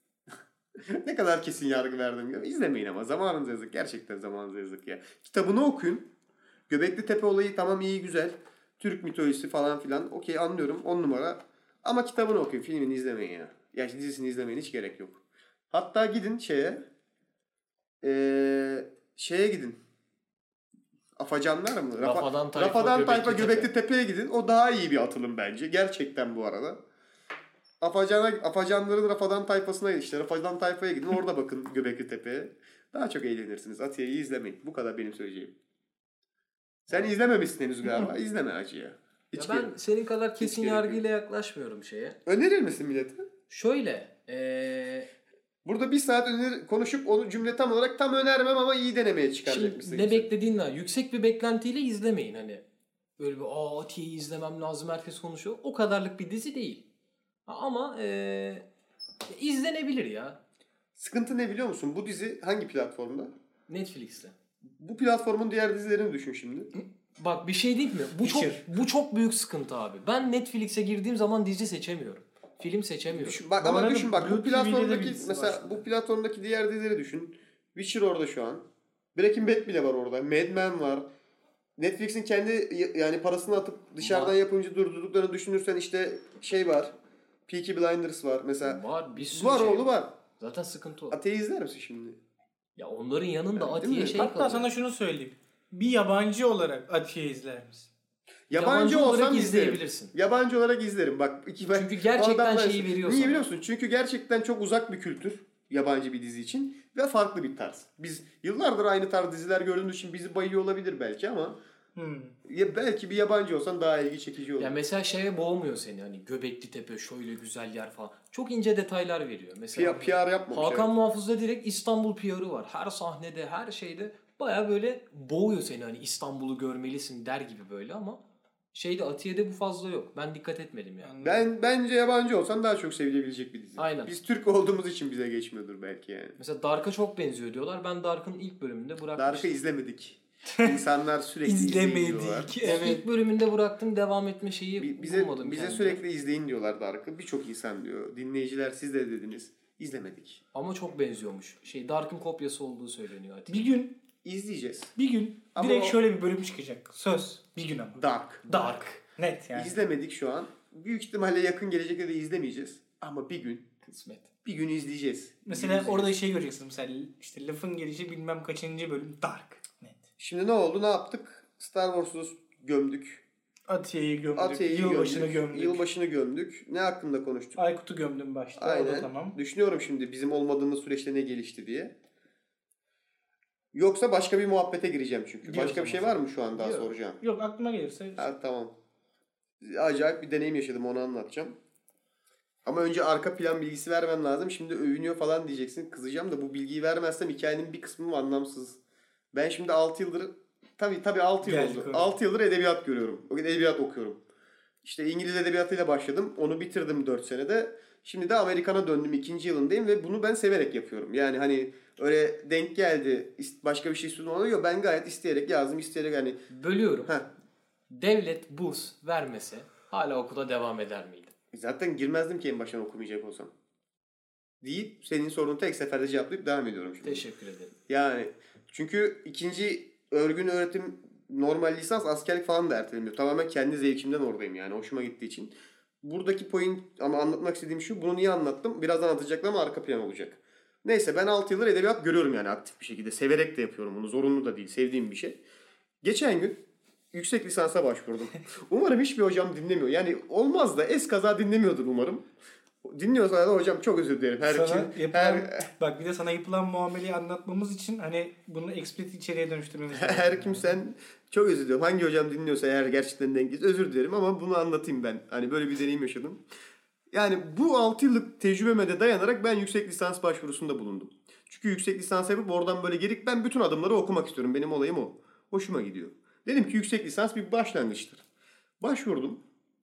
Ne kadar kesin yargı verdim ya. İzlemeyin ama zamanınıza yazık. Gerçekten zamanınıza yazık ya. Kitabını okuyun. Göbekli Tepe olayı tamam iyi güzel. Türk mitolojisi falan filan. Okey anlıyorum. On numara. Ama kitabını okuyun. Filmini izlemeyin ya. Ya işte dizisini izlemeyin. Hiç gerek yok. Hatta gidin şeye ee, şeye gidin. Afacanlar mı? Rafa, Rafadan Tayfa, Rafadan Göbekli, Tayfa Göbekli Tepe. Tepe'ye gidin. O daha iyi bir atılım bence. Gerçekten bu arada. Afacana, Afacanların Rafadan Tayfasına işte. Rafadan Tayfa'ya gidin. Orada bakın Göbekli Tepe'ye. Daha çok eğlenirsiniz. Atiye'yi izlemeyin. Bu kadar benim söyleyeceğim. Sen izlememişsin henüz galiba. İzleme Acı'ya. Hiç Ya ben gerek- senin kadar kesin gerek yok. yargıyla yaklaşmıyorum şeye. Önerir misin millete? Şöyle. Ee, Burada bir saat öner konuşup onu cümle tam olarak tam önermem ama iyi denemeye çıkaracak mısın? şimdi ne beklediğin var. Yüksek bir beklentiyle izlemeyin hani. Böyle bir aa Atiye'yi izlemem lazım herkes konuşuyor. O kadarlık bir dizi değil. Ama ee, izlenebilir ya. Sıkıntı ne biliyor musun? Bu dizi hangi platformda? Netflix'te. Bu platformun diğer dizilerini düşün şimdi. Bak bir şey değil mi? Bu çok Witcher. bu çok büyük sıkıntı abi. Ben Netflix'e girdiğim zaman dizi seçemiyorum. Film seçemiyorum. Düşün, bak Bu ama arada düşün bak Blue bu T V'de de platformdaki bir dizi mesela başladı. bu platformdaki diğer dizileri düşün. Witcher orada şu an. Breaking Bad bile var orada. Mad Men var. Netflix'in kendi y- yani parasını atıp dışarıdan Var. yapımcı durdurduklarını düşünürsen işte şey var. Peaky Blinders var mesela. Var bir sürü Var şey oğlu var. Zaten sıkıntı o. Atiye izler misin şimdi? Ya onların yanında Evet, değil Atiye mi? şey Hatta kalıyor. sana şunu söyleyeyim. Bir yabancı olarak Atiye izler misin? Yabancı, olarak olsam izlerim. izleyebilirsin. Yabancı olarak izlerim. Bak iki ben, Çünkü gerçekten o adamlar- şeyi veriyor Niye sana. biliyor musun? Çünkü gerçekten çok uzak bir kültür yabancı bir dizi için ve farklı bir tarz. Biz yıllardır aynı tarz diziler gördüğümüz için bizi bayıyor olabilir belki ama Hmm. ya belki bir yabancı olsan daha ilgi çekici olur. Ya mesela şeye boğmuyor seni hani Göbekli Tepe şöyle güzel yer falan. Çok ince detaylar veriyor. Mesela P R yapmamış. Hakan evet. Muhafız'da direkt İstanbul P R'ı var. Her sahnede, her şeyde baya böyle boğuyor seni hani İstanbul'u görmelisin der gibi böyle ama şeyde Atiye'de bu fazla yok. Ben dikkat etmedim yani. Ben bence yabancı olsan daha çok sevilebilecek bir dizi. Aynen. Biz Türk olduğumuz için bize geçmiyordur belki yani. Mesela Dark'a çok benziyor diyorlar. Ben Dark'ın ilk bölümünde bırakmıştım. Dark'ı izlemedik. İnsanlar sürekli izleyin diyorlar. Evet. İlk bölümünde bıraktım. Devam etme şeyi Bi- Bize, bulmadım bize kendime. sürekli izleyin diyorlar Dark'ı. Birçok insan diyor. Dinleyiciler siz de dediniz. İzlemedik. Ama çok benziyormuş. Şey Dark'ın kopyası olduğu söyleniyor Atiye. Bir gün, İzleyeceğiz. bir gün Ama direkt o- şöyle bir bölüm çıkacak. Söz. Bir gün ama. Dark. Dark. Net yani. İzlemedik şu an. Büyük ihtimalle yakın gelecekte de izlemeyeceğiz. Ama bir gün, Kısmet. bir gün izleyeceğiz. Mesela Bir gün orada izleyeceğiz. şey göreceksin mesela işte lafın gelişi bilmem kaçıncı bölüm Dark. Net. Şimdi ne oldu? Ne yaptık? Star Wars'u gömdük. Atiye'yi gömdük. Atiye'yi Yılbaşını gömdük, gömdük. Yılbaşını gömdük. Ne hakkında konuştuk? Aykut'u gömdüm başta. Aynen. O da tamam. Düşünüyorum şimdi bizim olmadığımız süreçte ne gelişti diye. Yoksa başka bir muhabbete gireceğim çünkü. Diyor Başka bir şey zaman. var mı şu an daha Yok. soracağım? Yok aklıma gelirse. Ha, tamam. Acayip bir deneyim yaşadım, onu anlatacağım. Ama önce arka plan bilgisi vermem lazım. Şimdi övünüyor falan diyeceksin. Kızacağım da bu bilgiyi vermezsem hikayenin bir kısmı anlamsız. Ben şimdi altı yıldır tabii tabii altı yıl Geldik oldu. oraya. altı yıldır edebiyat görüyorum. Edebiyat okuyorum. İşte İngiliz edebiyatıyla başladım. Onu bitirdim dört senede. Şimdi de Amerikan'a döndüm. ikinci yılındayım ve bunu ben severek yapıyorum. Yani hani öyle denk geldi, başka bir şey istiyorum oluyor. Ben gayet isteyerek yazdım, isteyerek hani. Bölüyorum. Heh. Devlet burs vermese hala okula devam eder miydin? Zaten girmezdim ki en baştan okumayacak olsam. Deyip senin sorunu tek seferde cevaplayıp devam ediyorum şimdi. Teşekkür ederim. Yani çünkü ikinci örgün öğretim normal lisans askerlik falan da ertelemiyor. Tamamen kendi zevkimden oradayım yani hoşuma gittiği için. Buradaki point ama anlatmak istediğim şu, bunu niye anlattım? Birazdan anlatacaklarım arka plan olacak. Neyse ben altı yıldır edebiyat görüyorum yani aktif bir şekilde. Severek de yapıyorum bunu. Zorunlu da değil. Sevdiğim bir şey. Geçen gün yüksek lisansa başvurdum. Umarım hiçbir hocam dinlemiyor. Yani olmaz da eskaza dinlemiyordur umarım. Dinliyorsa da hocam çok özür dilerim. Her sana için, yapılan, her, bak bir de sana yapılan muameleyi anlatmamız için hani bunu explicit içeriğe dönüştürmemiz lazım. her kimsen çok özür diliyorum. Hangi hocam dinliyorsa eğer gerçekten denk gelir özür dilerim ama bunu anlatayım ben. Hani böyle bir deneyim yaşadım. Yani bu altı yıllık tecrübeme de dayanarak ben yüksek lisans başvurusunda bulundum. Çünkü yüksek lisans yapıp oradan böyle gelip ben bütün adımları okumak istiyorum. Benim olayım o. Hoşuma gidiyor. Dedim ki yüksek lisans bir başlangıçtır. Başvurdum.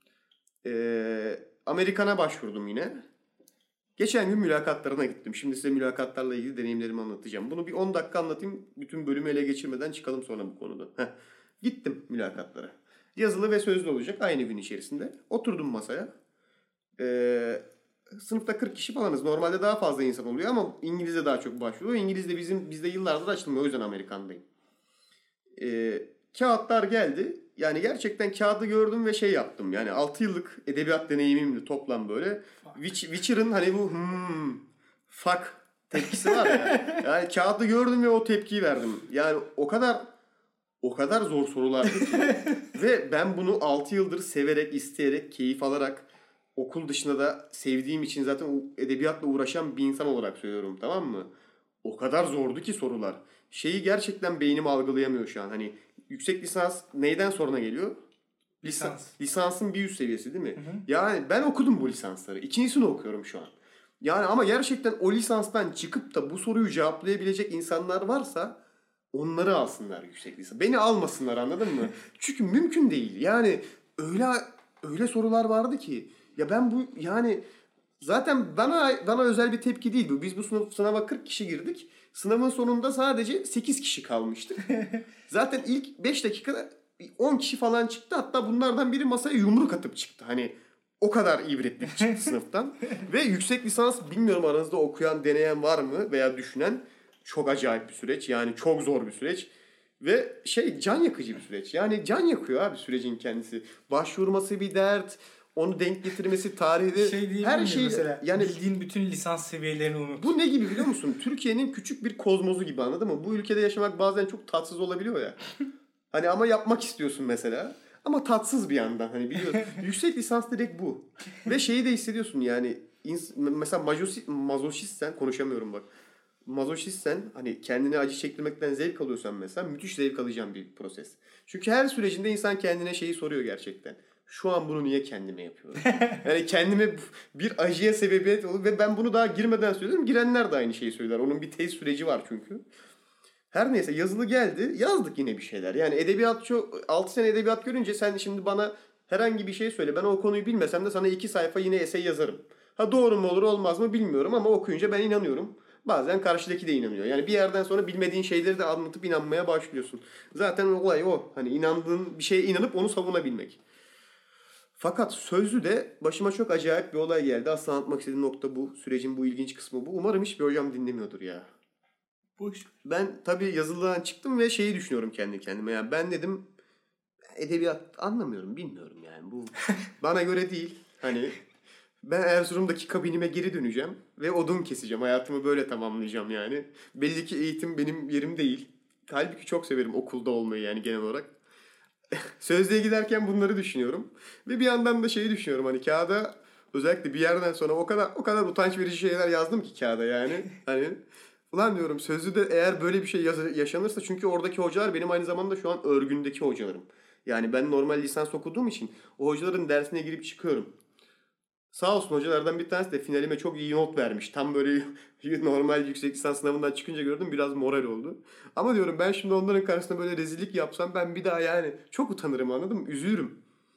Ee, Amerikan'a başvurdum yine. Geçen gün mülakatlarına gittim. Şimdi size mülakatlarla ilgili deneyimlerimi anlatacağım. Bunu bir on dakika anlatayım. Bütün bölümü ele geçirmeden çıkalım sonra bu konuda. Heh. Gittim mülakatlara. Yazılı ve sözlü olacak aynı gün içerisinde. Oturdum masaya. Ee, sınıfta kırk kişi falanız. Normalde daha fazla insan oluyor ama İngilizce daha çok başvuruyor. İngilizce bizim bizde yıllardır açılmıyor. O yüzden Amerikan'dayım. Ee, kağıtlar geldi. Yani gerçekten kağıdı gördüm ve şey yaptım. Yani altı yıllık edebiyat deneyimimle toplam böyle. Witcher'ın hani bu hmm, fuck tepkisi var ya. Yani kağıdı gördüm ve o tepkiyi verdim. Yani o kadar o kadar zor sorulardı ki. Ve ben bunu altı yıldır severek, isteyerek, keyif alarak okul dışında da sevdiğim için zaten edebiyatla uğraşan bir insan olarak söylüyorum, tamam mı? O kadar zordu ki sorular. Şeyi gerçekten beynim algılayamıyor şu an. Hani yüksek lisans neyden sonra geliyor? Lisans. Lisansın bir üst seviyesi değil mi? Hı hı. Yani ben okudum bu lisansları. İkincisini okuyorum şu an. Yani ama gerçekten o lisanstan çıkıp da bu soruyu cevaplayabilecek insanlar varsa onları alsınlar yüksek lisans. Beni almasınlar, anladın mı? Çünkü mümkün değil. Yani öyle öyle sorular vardı ki ya ben bu yani zaten bana bana özel bir tepki değil bu. Biz bu sınav, sınava kırk kişi girdik. Sınavın sonunda sadece sekiz kişi kalmıştık. Zaten ilk beş dakikada on kişi falan çıktı. Hatta bunlardan biri masaya yumruk atıp çıktı. Hani o kadar ibretlik çıktı sınıftan. Ve yüksek lisans, bilmiyorum aranızda okuyan, deneyen var mı veya düşünen, çok acayip bir süreç. Yani çok zor bir süreç. Ve şey, can yakıcı bir süreç. Yani can yakıyor abi sürecin kendisi. Başvurması bir dert. Onu denk getirmesi, tarihi, şey her şey. Mesela, yani bildiğin bütün lisans seviyelerini unut. bu ne gibi biliyor musun? Türkiye'nin küçük bir kozmozu gibi, anladın mı? Bu ülkede yaşamak bazen çok tatsız olabiliyor ya. Hani ama yapmak istiyorsun mesela. Ama tatsız bir yandan, hani biliyorsun. Yüksek lisans direkt bu. Ve şeyi de hissediyorsun yani. ins- Mesela mazosi- mazoşistsen, konuşamıyorum bak. Mazoşistsen, hani kendine acı çektirmekten zevk alıyorsan mesela, müthiş zevk alacağın bir proses. Çünkü her sürecinde insan kendine şeyi soruyor gerçekten. Şu an bunu niye kendime yapıyorum? Yani kendime bir acıya sebebiyet olur ve ben bunu daha girmeden söylüyorum. Girenler de aynı şeyi söyler. Onun bir tez süreci var çünkü. Her neyse yazılı geldi. Yazdık yine bir şeyler. Yani edebiyat çok, altı sene edebiyat görünce sen şimdi bana herhangi bir şey söyle. Ben o konuyu bilmesem de sana iki sayfa yine essay yazarım. Ha doğru mu olur olmaz mı bilmiyorum ama okuyunca ben inanıyorum. Bazen karşıdaki de inanıyor. Yani bir yerden sonra bilmediğin şeyleri de anlatıp inanmaya başlıyorsun. Zaten olay o. Hani inandığın bir şeye inanıp onu savunabilmek. Fakat sözlü de başıma çok acayip bir olay geldi. Aslında anlatmak istediğim nokta bu. Sürecin bu ilginç kısmı bu. Umarım hiçbir hocam dinlemiyordur ya. Boş. Ben tabii yazılıdan çıktım ve şeyi düşünüyorum kendi kendime. Yani ben dedim edebiyat anlamıyorum, bilmiyorum yani. Bu bana göre değil. Hani ben Erzurum'daki kabinime geri döneceğim ve odun keseceğim. Hayatımı böyle tamamlayacağım yani. Belli ki eğitim benim yerim değil. Halbuki çok severim okulda olmayı yani genel olarak. Sözlüğe giderken bunları düşünüyorum. Ve bir yandan da şeyi düşünüyorum. Hani kağıda özellikle bir yerden sonra o kadar o kadar utanç verici şeyler yazdım ki kağıda yani. Hani ulan diyorum sözlüde eğer böyle bir şey yaz- yaşanırsa çünkü oradaki hocalar benim aynı zamanda şu an örgündeki hocalarım. Yani ben normal lisans okuduğum için o hocaların dersine girip çıkıyorum. Sağ olsun hocalardan bir tanesi de finalime çok iyi not vermiş. Tam böyle normal yüksek lisans sınavından çıkınca gördüm biraz moral oldu. Ama diyorum ben şimdi onların karşısında böyle rezillik yapsam ben bir daha yani çok utanırım anladın mı? Üzülürüm.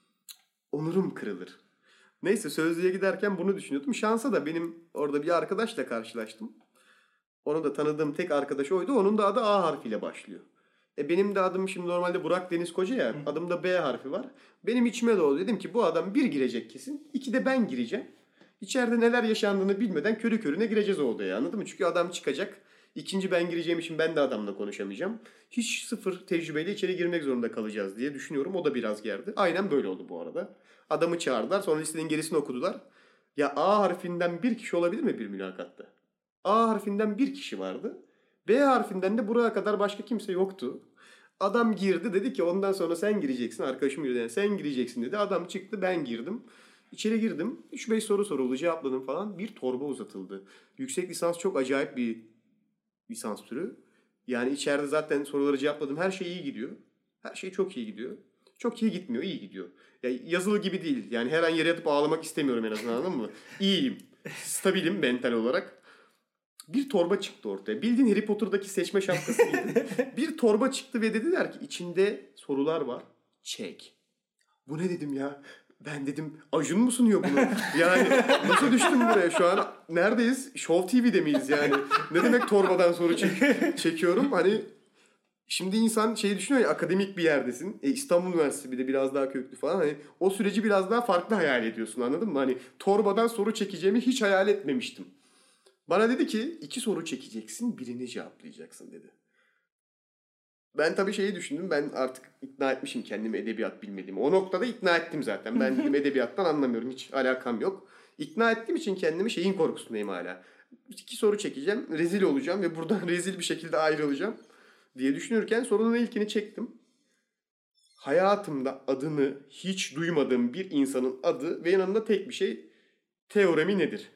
Onurum kırılır. Neyse sözlüğe giderken bunu düşünüyordum. Şansa da benim orada bir arkadaşla karşılaştım. Onun da tanıdığım tek arkadaş oydu. Onun da adı A harfiyle başlıyor. E benim de adım şimdi normalde Burak Deniz Koca ya. Adımda B harfi var. Benim içime doğdu. Dedim ki bu adam bir girecek kesin. İki de ben gireceğim. İçeride neler yaşandığını bilmeden körü körüne gireceğiz o odaya. Anladın mı? Çünkü adam çıkacak. İkinci ben gireceğim için ben de adamla konuşamayacağım. Hiç sıfır tecrübeyle içeri girmek zorunda kalacağız diye düşünüyorum. O da biraz gerdi. Aynen böyle oldu bu arada. Adamı çağırdılar. Sonra listenin gerisini okudular. Ya A harfinden bir kişi olabilir mi bir mülakatta? A harfinden bir kişi vardı. B harfinden de buraya kadar başka kimse yoktu. Adam girdi dedi ki ondan sonra sen gireceksin. Arkadaşım girdi yani sen gireceksin dedi. Adam çıktı ben girdim. İçeri girdim. üç beş soru soruldu cevapladım falan. Bir torba uzatıldı. Yüksek lisans çok acayip bir lisans türü. Yani içeride zaten soruları cevapladım. Her şey iyi gidiyor. Her şey çok iyi gidiyor. Çok iyi gitmiyor, iyi gidiyor. Ya yazılı gibi değil. Yani her an yere yatıp ağlamak istemiyorum en azından anladın mı? İyiyim. Stabilim mental olarak. Bir torba çıktı ortaya. Bildiğin Harry Potter'daki seçme şapkası gibi. Bir torba çıktı ve dediler ki içinde sorular var. Çek. Bu ne dedim ya? Ben dedim Acun mu sunuyor bunu? Yani nasıl düştüm buraya şu an? Neredeyiz? Show T V'de miyiz yani? Ne demek torbadan soru çek çekiyorum? Hani şimdi insan şeyi düşünüyor ya akademik bir yerdesin. E, İstanbul Üniversitesi bir de biraz daha köklü falan. Hani o süreci biraz daha farklı hayal ediyorsun anladın mı? Hani torbadan soru çekeceğimi hiç hayal etmemiştim. Bana dedi ki iki soru çekeceksin birini cevaplayacaksın dedi. Ben tabii şeyi düşündüm. Ben artık ikna etmişim kendimi edebiyat bilmediğimi. O noktada ikna ettim zaten. Ben dedim edebiyattan anlamıyorum. Hiç alakam yok. İkna ettiğim için kendimi şeyin korkusundayım hala. İki soru çekeceğim. Rezil olacağım ve buradan rezil bir şekilde ayrılacağım diye düşünürken sorunun ilkini çektim. Hayatımda adını hiç duymadığım bir insanın adı ve yanında tek bir şey teoremi nedir?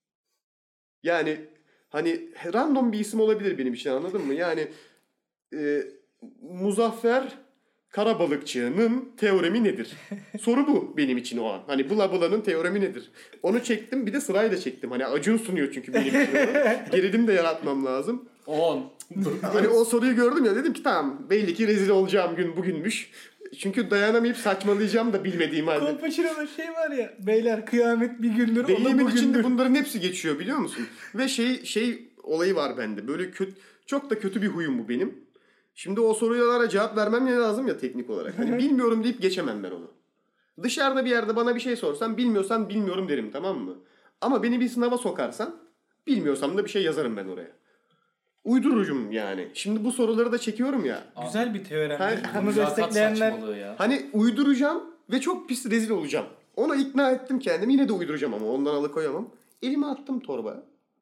Yani hani random bir isim olabilir benim için anladın mı? Yani e, Muzaffer Karabalıkçı'nın teoremi nedir? Soru bu benim için o an. Hani Bula Bula'nın teoremi nedir? Onu çektim bir de sırayla çektim. Hani Acun sunuyor çünkü benim için onu. Gerilim de yaratmam lazım. on. Hani o soruyu gördüm ya dedim ki tamam belli ki rezil olacağım gün bugünmüş. Çünkü dayanamayıp saçmalayacağım da bilmediğim halde. Kolpaçino'da şey var ya beyler kıyamet bir gündür o da Beynimin bugündür. içinde bunların hepsi geçiyor biliyor musun? Ve şey şey olayı var bende. Böyle kötü çok da kötü bir huyum bu benim. Şimdi o sorulara cevap vermem ne lazım ya teknik olarak. Hani bilmiyorum deyip geçemem ben onu. Dışarıda bir yerde bana bir şey sorsan bilmiyorsan bilmiyorum derim tamam mı? Ama beni bir sınava sokarsan bilmiyorsam da bir şey yazarım ben oraya. Uydurucum yani. Şimdi bu soruları da çekiyorum ya. Güzel bir teorem. Hani- Bunu Mülakat destekleyenler saçmalığı ya. Hani uyduracağım ve çok pis rezil olacağım. Ona ikna ettim kendimi. Yine de uyduracağım ama ondan alıkoyamam. Elime attım torbaya.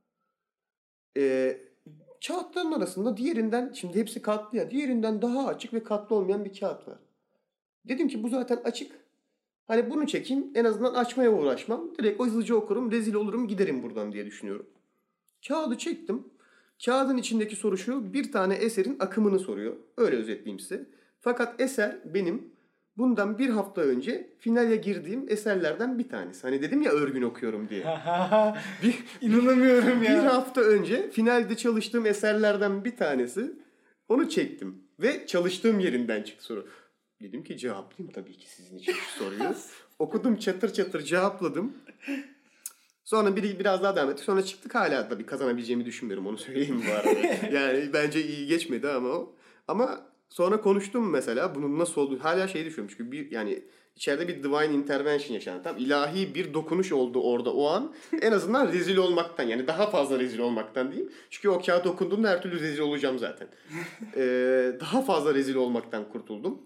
Ee, kağıtların arasında diğerinden, şimdi hepsi katlı ya, diğerinden daha açık ve katlı olmayan bir kağıt var. Dedim ki bu zaten açık. Hani bunu çekeyim en azından açmaya uğraşmam. Direkt o hızlıca okurum, rezil olurum giderim buradan diye düşünüyorum. Kağıdı çektim. Kağıdın içindeki soru şu, bir tane eserin akımını soruyor. Öyle özetleyeyim size. Fakat eser benim bundan bir hafta önce finale girdiğim eserlerden bir tanesi. Hani dedim ya örgün okuyorum diye. bir, İnanamıyorum ya. bir hafta önce finalde çalıştığım eserlerden bir tanesi. Onu çektim. Ve çalıştığım yerinden çıktı soru. Dedim ki cevaplayayım tabii ki sizin için şu soruyu. Okudum çatır çatır cevapladım. Sonra biri biraz daha devam etti. Sonra çıktık hala da bir kazanabileceğimi düşünmüyorum. Onu söyleyeyim bu arada. Yani bence iyi geçmedi ama o. Ama sonra konuştum mesela bunun nasıl olduğunu. Hala şey düşünüyorum çünkü bir yani içeride bir divine intervention yaşandı. Tam ilahi bir dokunuş oldu orada o an. En azından rezil olmaktan yani daha fazla rezil olmaktan diyeyim. Çünkü o kağıt okunduğunda her türlü rezil olacağım zaten. Ee, daha fazla rezil olmaktan kurtuldum.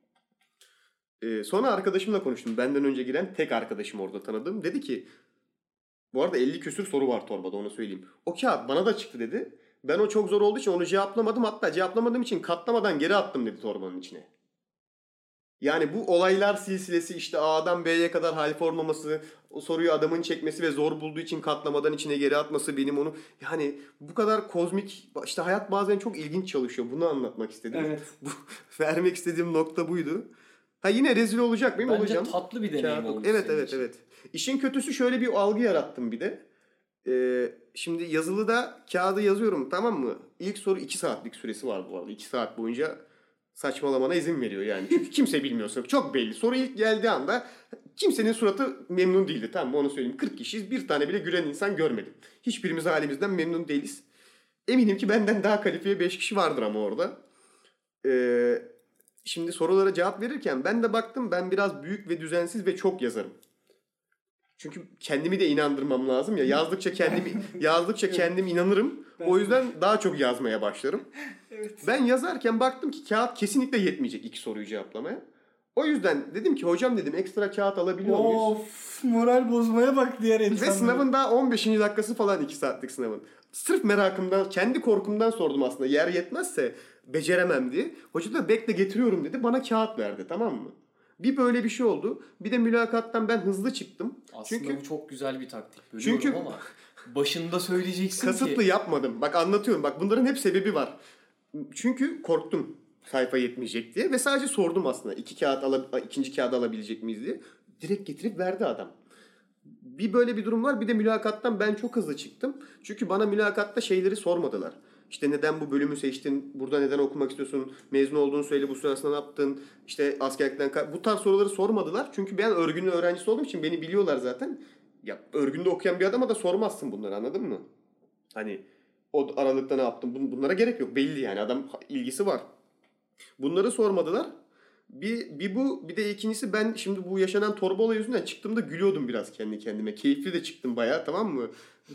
Ee, sonra arkadaşımla konuştum. Benden önce giren tek arkadaşım orada tanıdığım. Dedi ki bu arada elli küsür soru var torbada onu söyleyeyim. O kağıt bana da çıktı dedi. Ben o çok zor olduğu için onu cevaplamadım. Hatta cevaplamadığım için katlamadan geri attım dedi torbanın içine. Yani bu olaylar silsilesi işte A'dan B'ye kadar halif olmaması, o soruyu adamın çekmesi ve zor bulduğu için katlamadan içine geri atması benim onu... Yani bu kadar kozmik... işte hayat bazen çok ilginç çalışıyor. Bunu anlatmak istedim. Evet. Bu, vermek istediğim nokta buydu. Ha yine rezil olacak mıyım? Bence Olacağım. tatlı bir deneyim Kağıt- olmuş. Evet senin evet için. evet. İşin kötüsü şöyle bir algı yarattım bir de. Ee, şimdi yazılıda kağıdı yazıyorum, tamam mı? İlk soru iki saatlik süresi var bu arada. iki saat boyunca saçmalamana izin veriyor yani. Çünkü kimse bilmiyorsa. Çok belli. Soru ilk geldiği anda kimsenin suratı memnun değildi. Tamam mı? Onu söyleyeyim. kırk kişiyiz. Bir tane bile gülen insan görmedim. Hiçbirimiz halimizden memnun değiliz. Eminim ki benden daha kalifiye beş kişi vardır ama orada. Ee, şimdi sorulara cevap verirken ben de baktım, ben biraz büyük ve düzensiz ve çok yazarım. Çünkü kendimi de inandırmam lazım ya. Yazdıkça kendimi yazdıkça kendim inanırım. O yüzden daha çok yazmaya başlarım. Evet. Ben yazarken baktım ki kağıt kesinlikle yetmeyecek iki soruyu cevaplamaya. O yüzden dedim ki hocam dedim ekstra kağıt alabiliyor muyuz? Of, moral bozmaya bak diğer Ve insanlara. sınavın daha on beşinci dakikası falan iki saatlik sınavın. Sırf merakımdan, kendi korkumdan sordum aslında. Yer yetmezse beceremem diye. Hoca da bekle getiriyorum dedi. Bana kağıt verdi, tamam mı? Bir böyle bir şey oldu. Bir de mülakattan ben hızlı çıktım. Aslında Çünkü bu çok güzel bir taktik. Bölüyorum Çünkü- ama başında söyleyeceksin kasıtlı ki. yapmadım. Bak anlatıyorum. Bak bunların hep sebebi var. Çünkü korktum sayfa yetmeyecek diye ve sadece sordum aslında. İki kağıt ala, ikinci kağıdı alabilecek miyiz diye. Direkt getirip verdi adam. Bir böyle bir durum var. Bir de mülakattan ben çok hızlı çıktım. Çünkü bana mülakatta şeyleri sormadılar. İşte neden bu bölümü seçtin? Burada neden okumak istiyorsun? Mezun olduğunu söyle, bu sırasında ne yaptın? İşte askerlikten ka- bu tarz soruları sormadılar. Çünkü ben örgünün öğrencisi olduğum için beni biliyorlar zaten. Ya örgünde okuyan bir adama da sormazsın bunları, anladın mı? Hani o aralıkta ne yaptın? Bun- Bunlara gerek yok. Belli yani, adam ilgisi var. Bunları sormadılar. Bir, bir bu bir de ikincisi, ben şimdi bu yaşanan torba olayı yüzünden çıktığımda gülüyordum biraz kendi kendime. Keyifli de çıktım bayağı, tamam mı?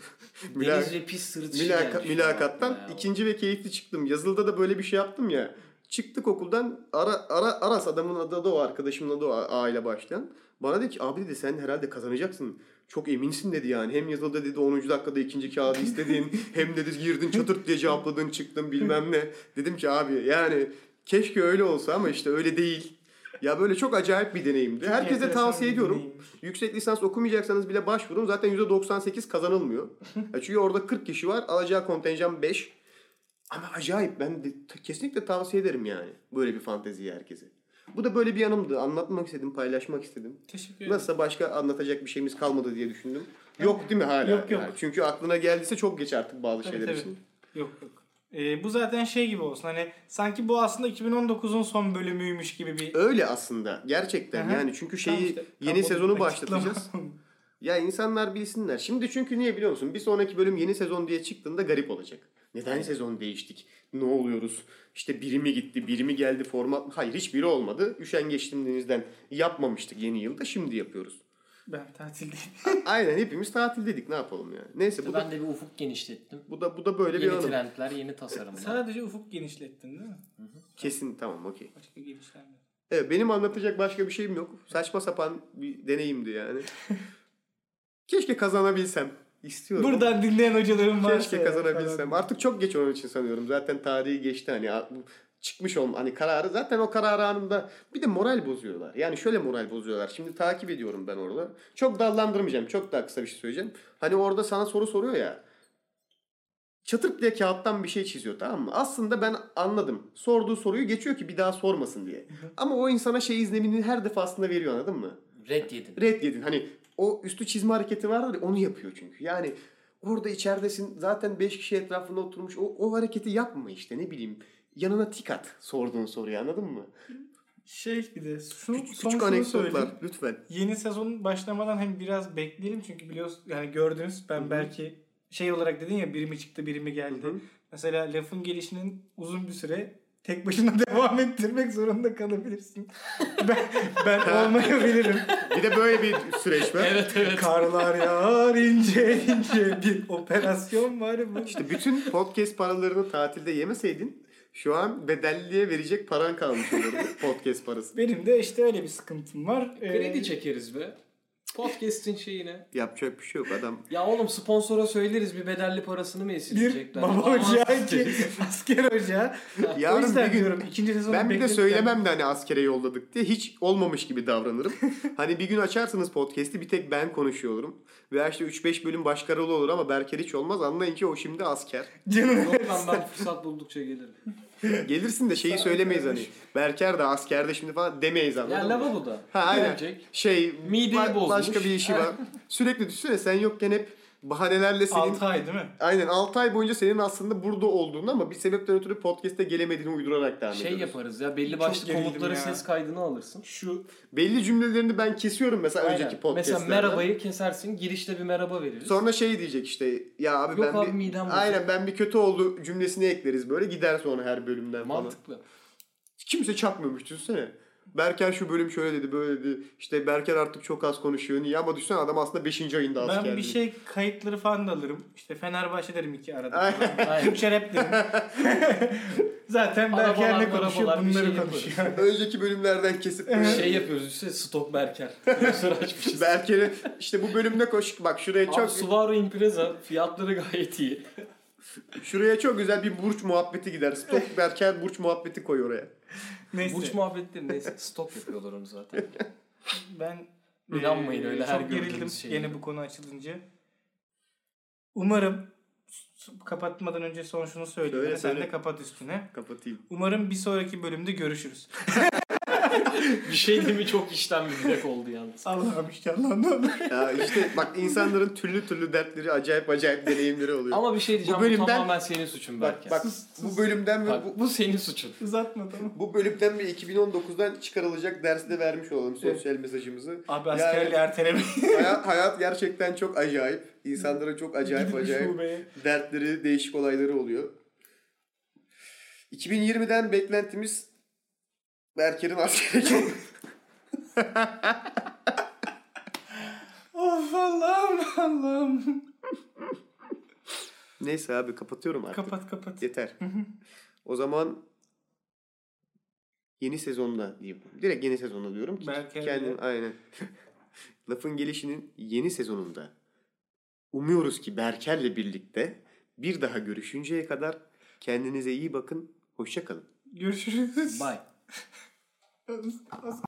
Mülak- Deniz ve pis sırıtışı Mülaka- gelmiş mülakattan aklıma ya. ikinci ve keyifli çıktım. Yazılıda da böyle bir şey yaptım ya. Çıktık okuldan, ara, ara, Aras adamın adı da o, arkadaşımın adı o, A ile başlayan. Bana dedi ki abi dedi sen herhalde kazanacaksın. Çok eminsin dedi yani. Hem yazılıda dedi onuncu dakikada ikinci kağıdı istedin. Hem dedi girdin çatırt diye cevapladın çıktın bilmem ne. Dedim ki abi yani keşke öyle olsa ama işte öyle değil. Ya böyle çok acayip bir deneyimdi. Çok Herkese enteresan tavsiye bir ediyorum. deneyimmiş. Yüksek lisans okumayacaksanız bile başvurun. Zaten yüzde doksan sekiz kazanılmıyor. Ya çünkü orada kırk kişi var. Alacağı kontenjan beş. Ama acayip. Ben de t- kesinlikle tavsiye ederim yani. Böyle bir fanteziyi herkese. Bu da böyle bir yanımdı. Anlatmak istedim, paylaşmak istedim. Teşekkür ederim. Nasılsa başka anlatacak bir şeyimiz kalmadı diye düşündüm. Yok değil mi hala? Yok, yok. Yani çünkü aklına geldiyse çok geç artık bazı Tabii, şeyler tabii. için. Yok yok. Ee, bu zaten şey gibi olsun, hani sanki bu aslında iki bin on dokuzun son bölümüymüş gibi bir... Öyle aslında. Gerçekten. Aha. Yani çünkü şeyi Tamam işte, yeni tam o sezonu açıklama. başlatacağız. Ya insanlar bilsinler. Şimdi çünkü niye biliyor musun? Bir sonraki bölüm yeni sezon diye çıktığında garip olacak. Neden Aynen. sezon değiştik? Ne oluyoruz? İşte biri mi gitti, biri mi geldi format? Hayır, hiçbiri olmadı. Üşengeçliğimizden yapmamıştık yeni yılda. Şimdi yapıyoruz. Ben tatildeyim. Aynen, hepimiz tatildeydik. Ne yapalım yani? Neyse bu Ben da de bir ufuk genişlettim. bu da bu da böyle bir Yeni anım. trendler, yeni tasarımlar. Sadece ufuk genişlettin değil mi? Kesin tamam, okey. Başka genişlenmedi. Evet, benim anlatacak başka bir şeyim yok. Saçma sapan bir deneyimdi yani. Keşke kazanabilsem. İstiyorum. Buradan dinleyen hocalarım varsa. Keşke ya kazanabilsem. falan. Artık çok geç onun için sanıyorum. Zaten tarihi geçti hani bu çıkmış olma hani kararı. Zaten o karar anında bir de moral bozuyorlar. Yani şöyle moral bozuyorlar. Şimdi takip ediyorum ben orada. Çok dallandırmayacağım. Çok daha kısa bir şey söyleyeceğim. Hani orada sana soru soruyor ya. Çatırt diye kağıttan bir şey çiziyor, tamam mı? Aslında ben anladım. Sorduğu soruyu geçiyor ki bir daha sormasın diye. Ama o insana şey izlenimini her defasında veriyor, anladın mı? Red yedin. Red yedin. Hani o üstü çizme hareketi vardır ya, onu yapıyor çünkü. Yani orada içeridesin zaten beş kişi etrafında oturmuş. O, o hareketi yapma işte, ne bileyim. Yanına tik at sorduğun soruyu, anladın mı? Şey bir de şunu, Küçük, son küçük şunu anekdotlar söyleyeyim. lütfen. Yeni sezon başlamadan hem biraz bekleyelim çünkü biliyorsun yani gördünüz ben Hı hı. belki şey olarak dedin ya, biri mi çıktı biri mi geldi. Hı hı. Mesela lafın gelişinin uzun bir süre tek başına devam ettirmek zorunda kalabilirsin. ben ben olmayabilirim. Bir de böyle bir süreç var. Evet evet. Karlar yağar ince ince bir operasyon var bu. İşte bütün podcast paralarını tatilde yemeseydin şu an bedelliye verecek paran kalmış olurdu podcast parası. Benim de işte öyle bir sıkıntım var. Ee, Kredi çekeriz be. Podcast'in şeyine. Yapacak bir şey yok adam. Ya oğlum sponsora söyleriz bir bedelli parasını mı Bir esirgeyecekler? baba Aa, ocağı ki asker ocağı. O Yarın yüzden bir gün diyorum ikinci sezonu ben bir de bekletken- söylemem de hani askere yolladık diye hiç olmamış gibi davranırım. Hani bir gün açarsınız podcast'i bir tek ben konuşuyor olurum. Veya işte üç beş bölüm başka rol olur ama Berker hiç olmaz. Anlayın ki o şimdi asker. Canım. Yok lan ben fırsat buldukça gelirim. Gelirsin de şeyi söylemeyiz hani. Berker de askerde şimdi falan demeyiz Ya anladın mı? lavaboda. Ha aynen. Gelecek. Şey Mideyi ba- bozmuş. başka bir işi var. Sürekli düşünsene sen yokken hep bahanelerle senin... altı ay değil mi? Aynen altı ay boyunca senin aslında burada olduğunu ama bir sebepten ötürü podcast'e gelemediğini uydurarak devam Şey ediyoruz. yaparız ya belli Çok başlı gerildim komutları ya. ses kaydını alırsın. Şu Belli cümlelerini ben kesiyorum mesela Aynen. önceki podcast'lerden. Mesela merhabayı kesersin girişte bir merhaba veririz. Sonra şey diyecek işte ya abi Yok ben abi, bir, midem bozuldu. aynen ben bir kötü oldu cümlesini ekleriz böyle gider sonra her bölümden falan. Mantıklı. Kimse çakmıyormuş düşünsene. Berker şu bölüm şöyle dedi böyle dedi. İşte Berker artık çok az konuşuyor. Niye? Ama düşünsene adam aslında beşinci ayında askerdi. ben bir şey kayıtları falan da alırım. İşte Fenerbahçe derim iki arada. Aynen. Türkçe rap derim. Zaten Berker Arabalar, ne konuşuyor? marabalar, bir Bunları şey konuşuyor. Önceki bölümlerden kesip Şey yapıyoruz işte stok Berker. Sıra açmışız. Berker'e işte bu bölümde koş bak şuraya Abi çok Subaru Impreza fiyatları gayet iyi. şuraya çok güzel bir burç muhabbeti gider. Stok Berker burç muhabbeti koy oraya. Neyse. Burç muhabbetleri neyse stok yapıyorlar onu zaten. Ben İnanmayın eee, öyle her çok gerildim gördüğünüz şeylere. yine bu konu açılınca. Umarım s- kapatmadan önce son şunu söyleyeyim. Söyle, Sen söyle. de kapat üstüne. Kapatayım. Umarım bir sonraki bölümde görüşürüz. Bir şey de mi çok işten bir dilek oldu yalnız. Allah'ım inşallah ne olur. Ya işte bak insanların türlü türlü dertleri acayip acayip deneyimleri oluyor. Ama bir şey diyeceğim Bu bu, bölümden- tamamen senin suçun bak Berker. bak bu bölümden ve Bak, bu, bu senin suçun. Uzatma tamam. bu bölümden ve iki bin on dokuzdan çıkarılacak dersi de vermiş olalım sosyal mesajımızı. Abi askerliği ertelemeyin. hayat, hayat gerçekten çok acayip. İnsanların çok acayip Gidin acayip şubeye. dertleri, değişik olayları oluyor. iki bin yirmiden beklentimiz Berker'in askere Of Allah'ım Allah'ım. Neyse abi kapatıyorum artık. Kapat kapat. Yeter. O zaman yeni sezonda diyeyim. Direkt yeni sezonda diyorum ki Berker kendim ile. aynen. Lafın gelişinin yeni sezonunda umuyoruz ki Berker'le birlikte bir daha görüşünceye kadar kendinize iyi bakın. Hoşça kalın. Görüşürüz. Bye.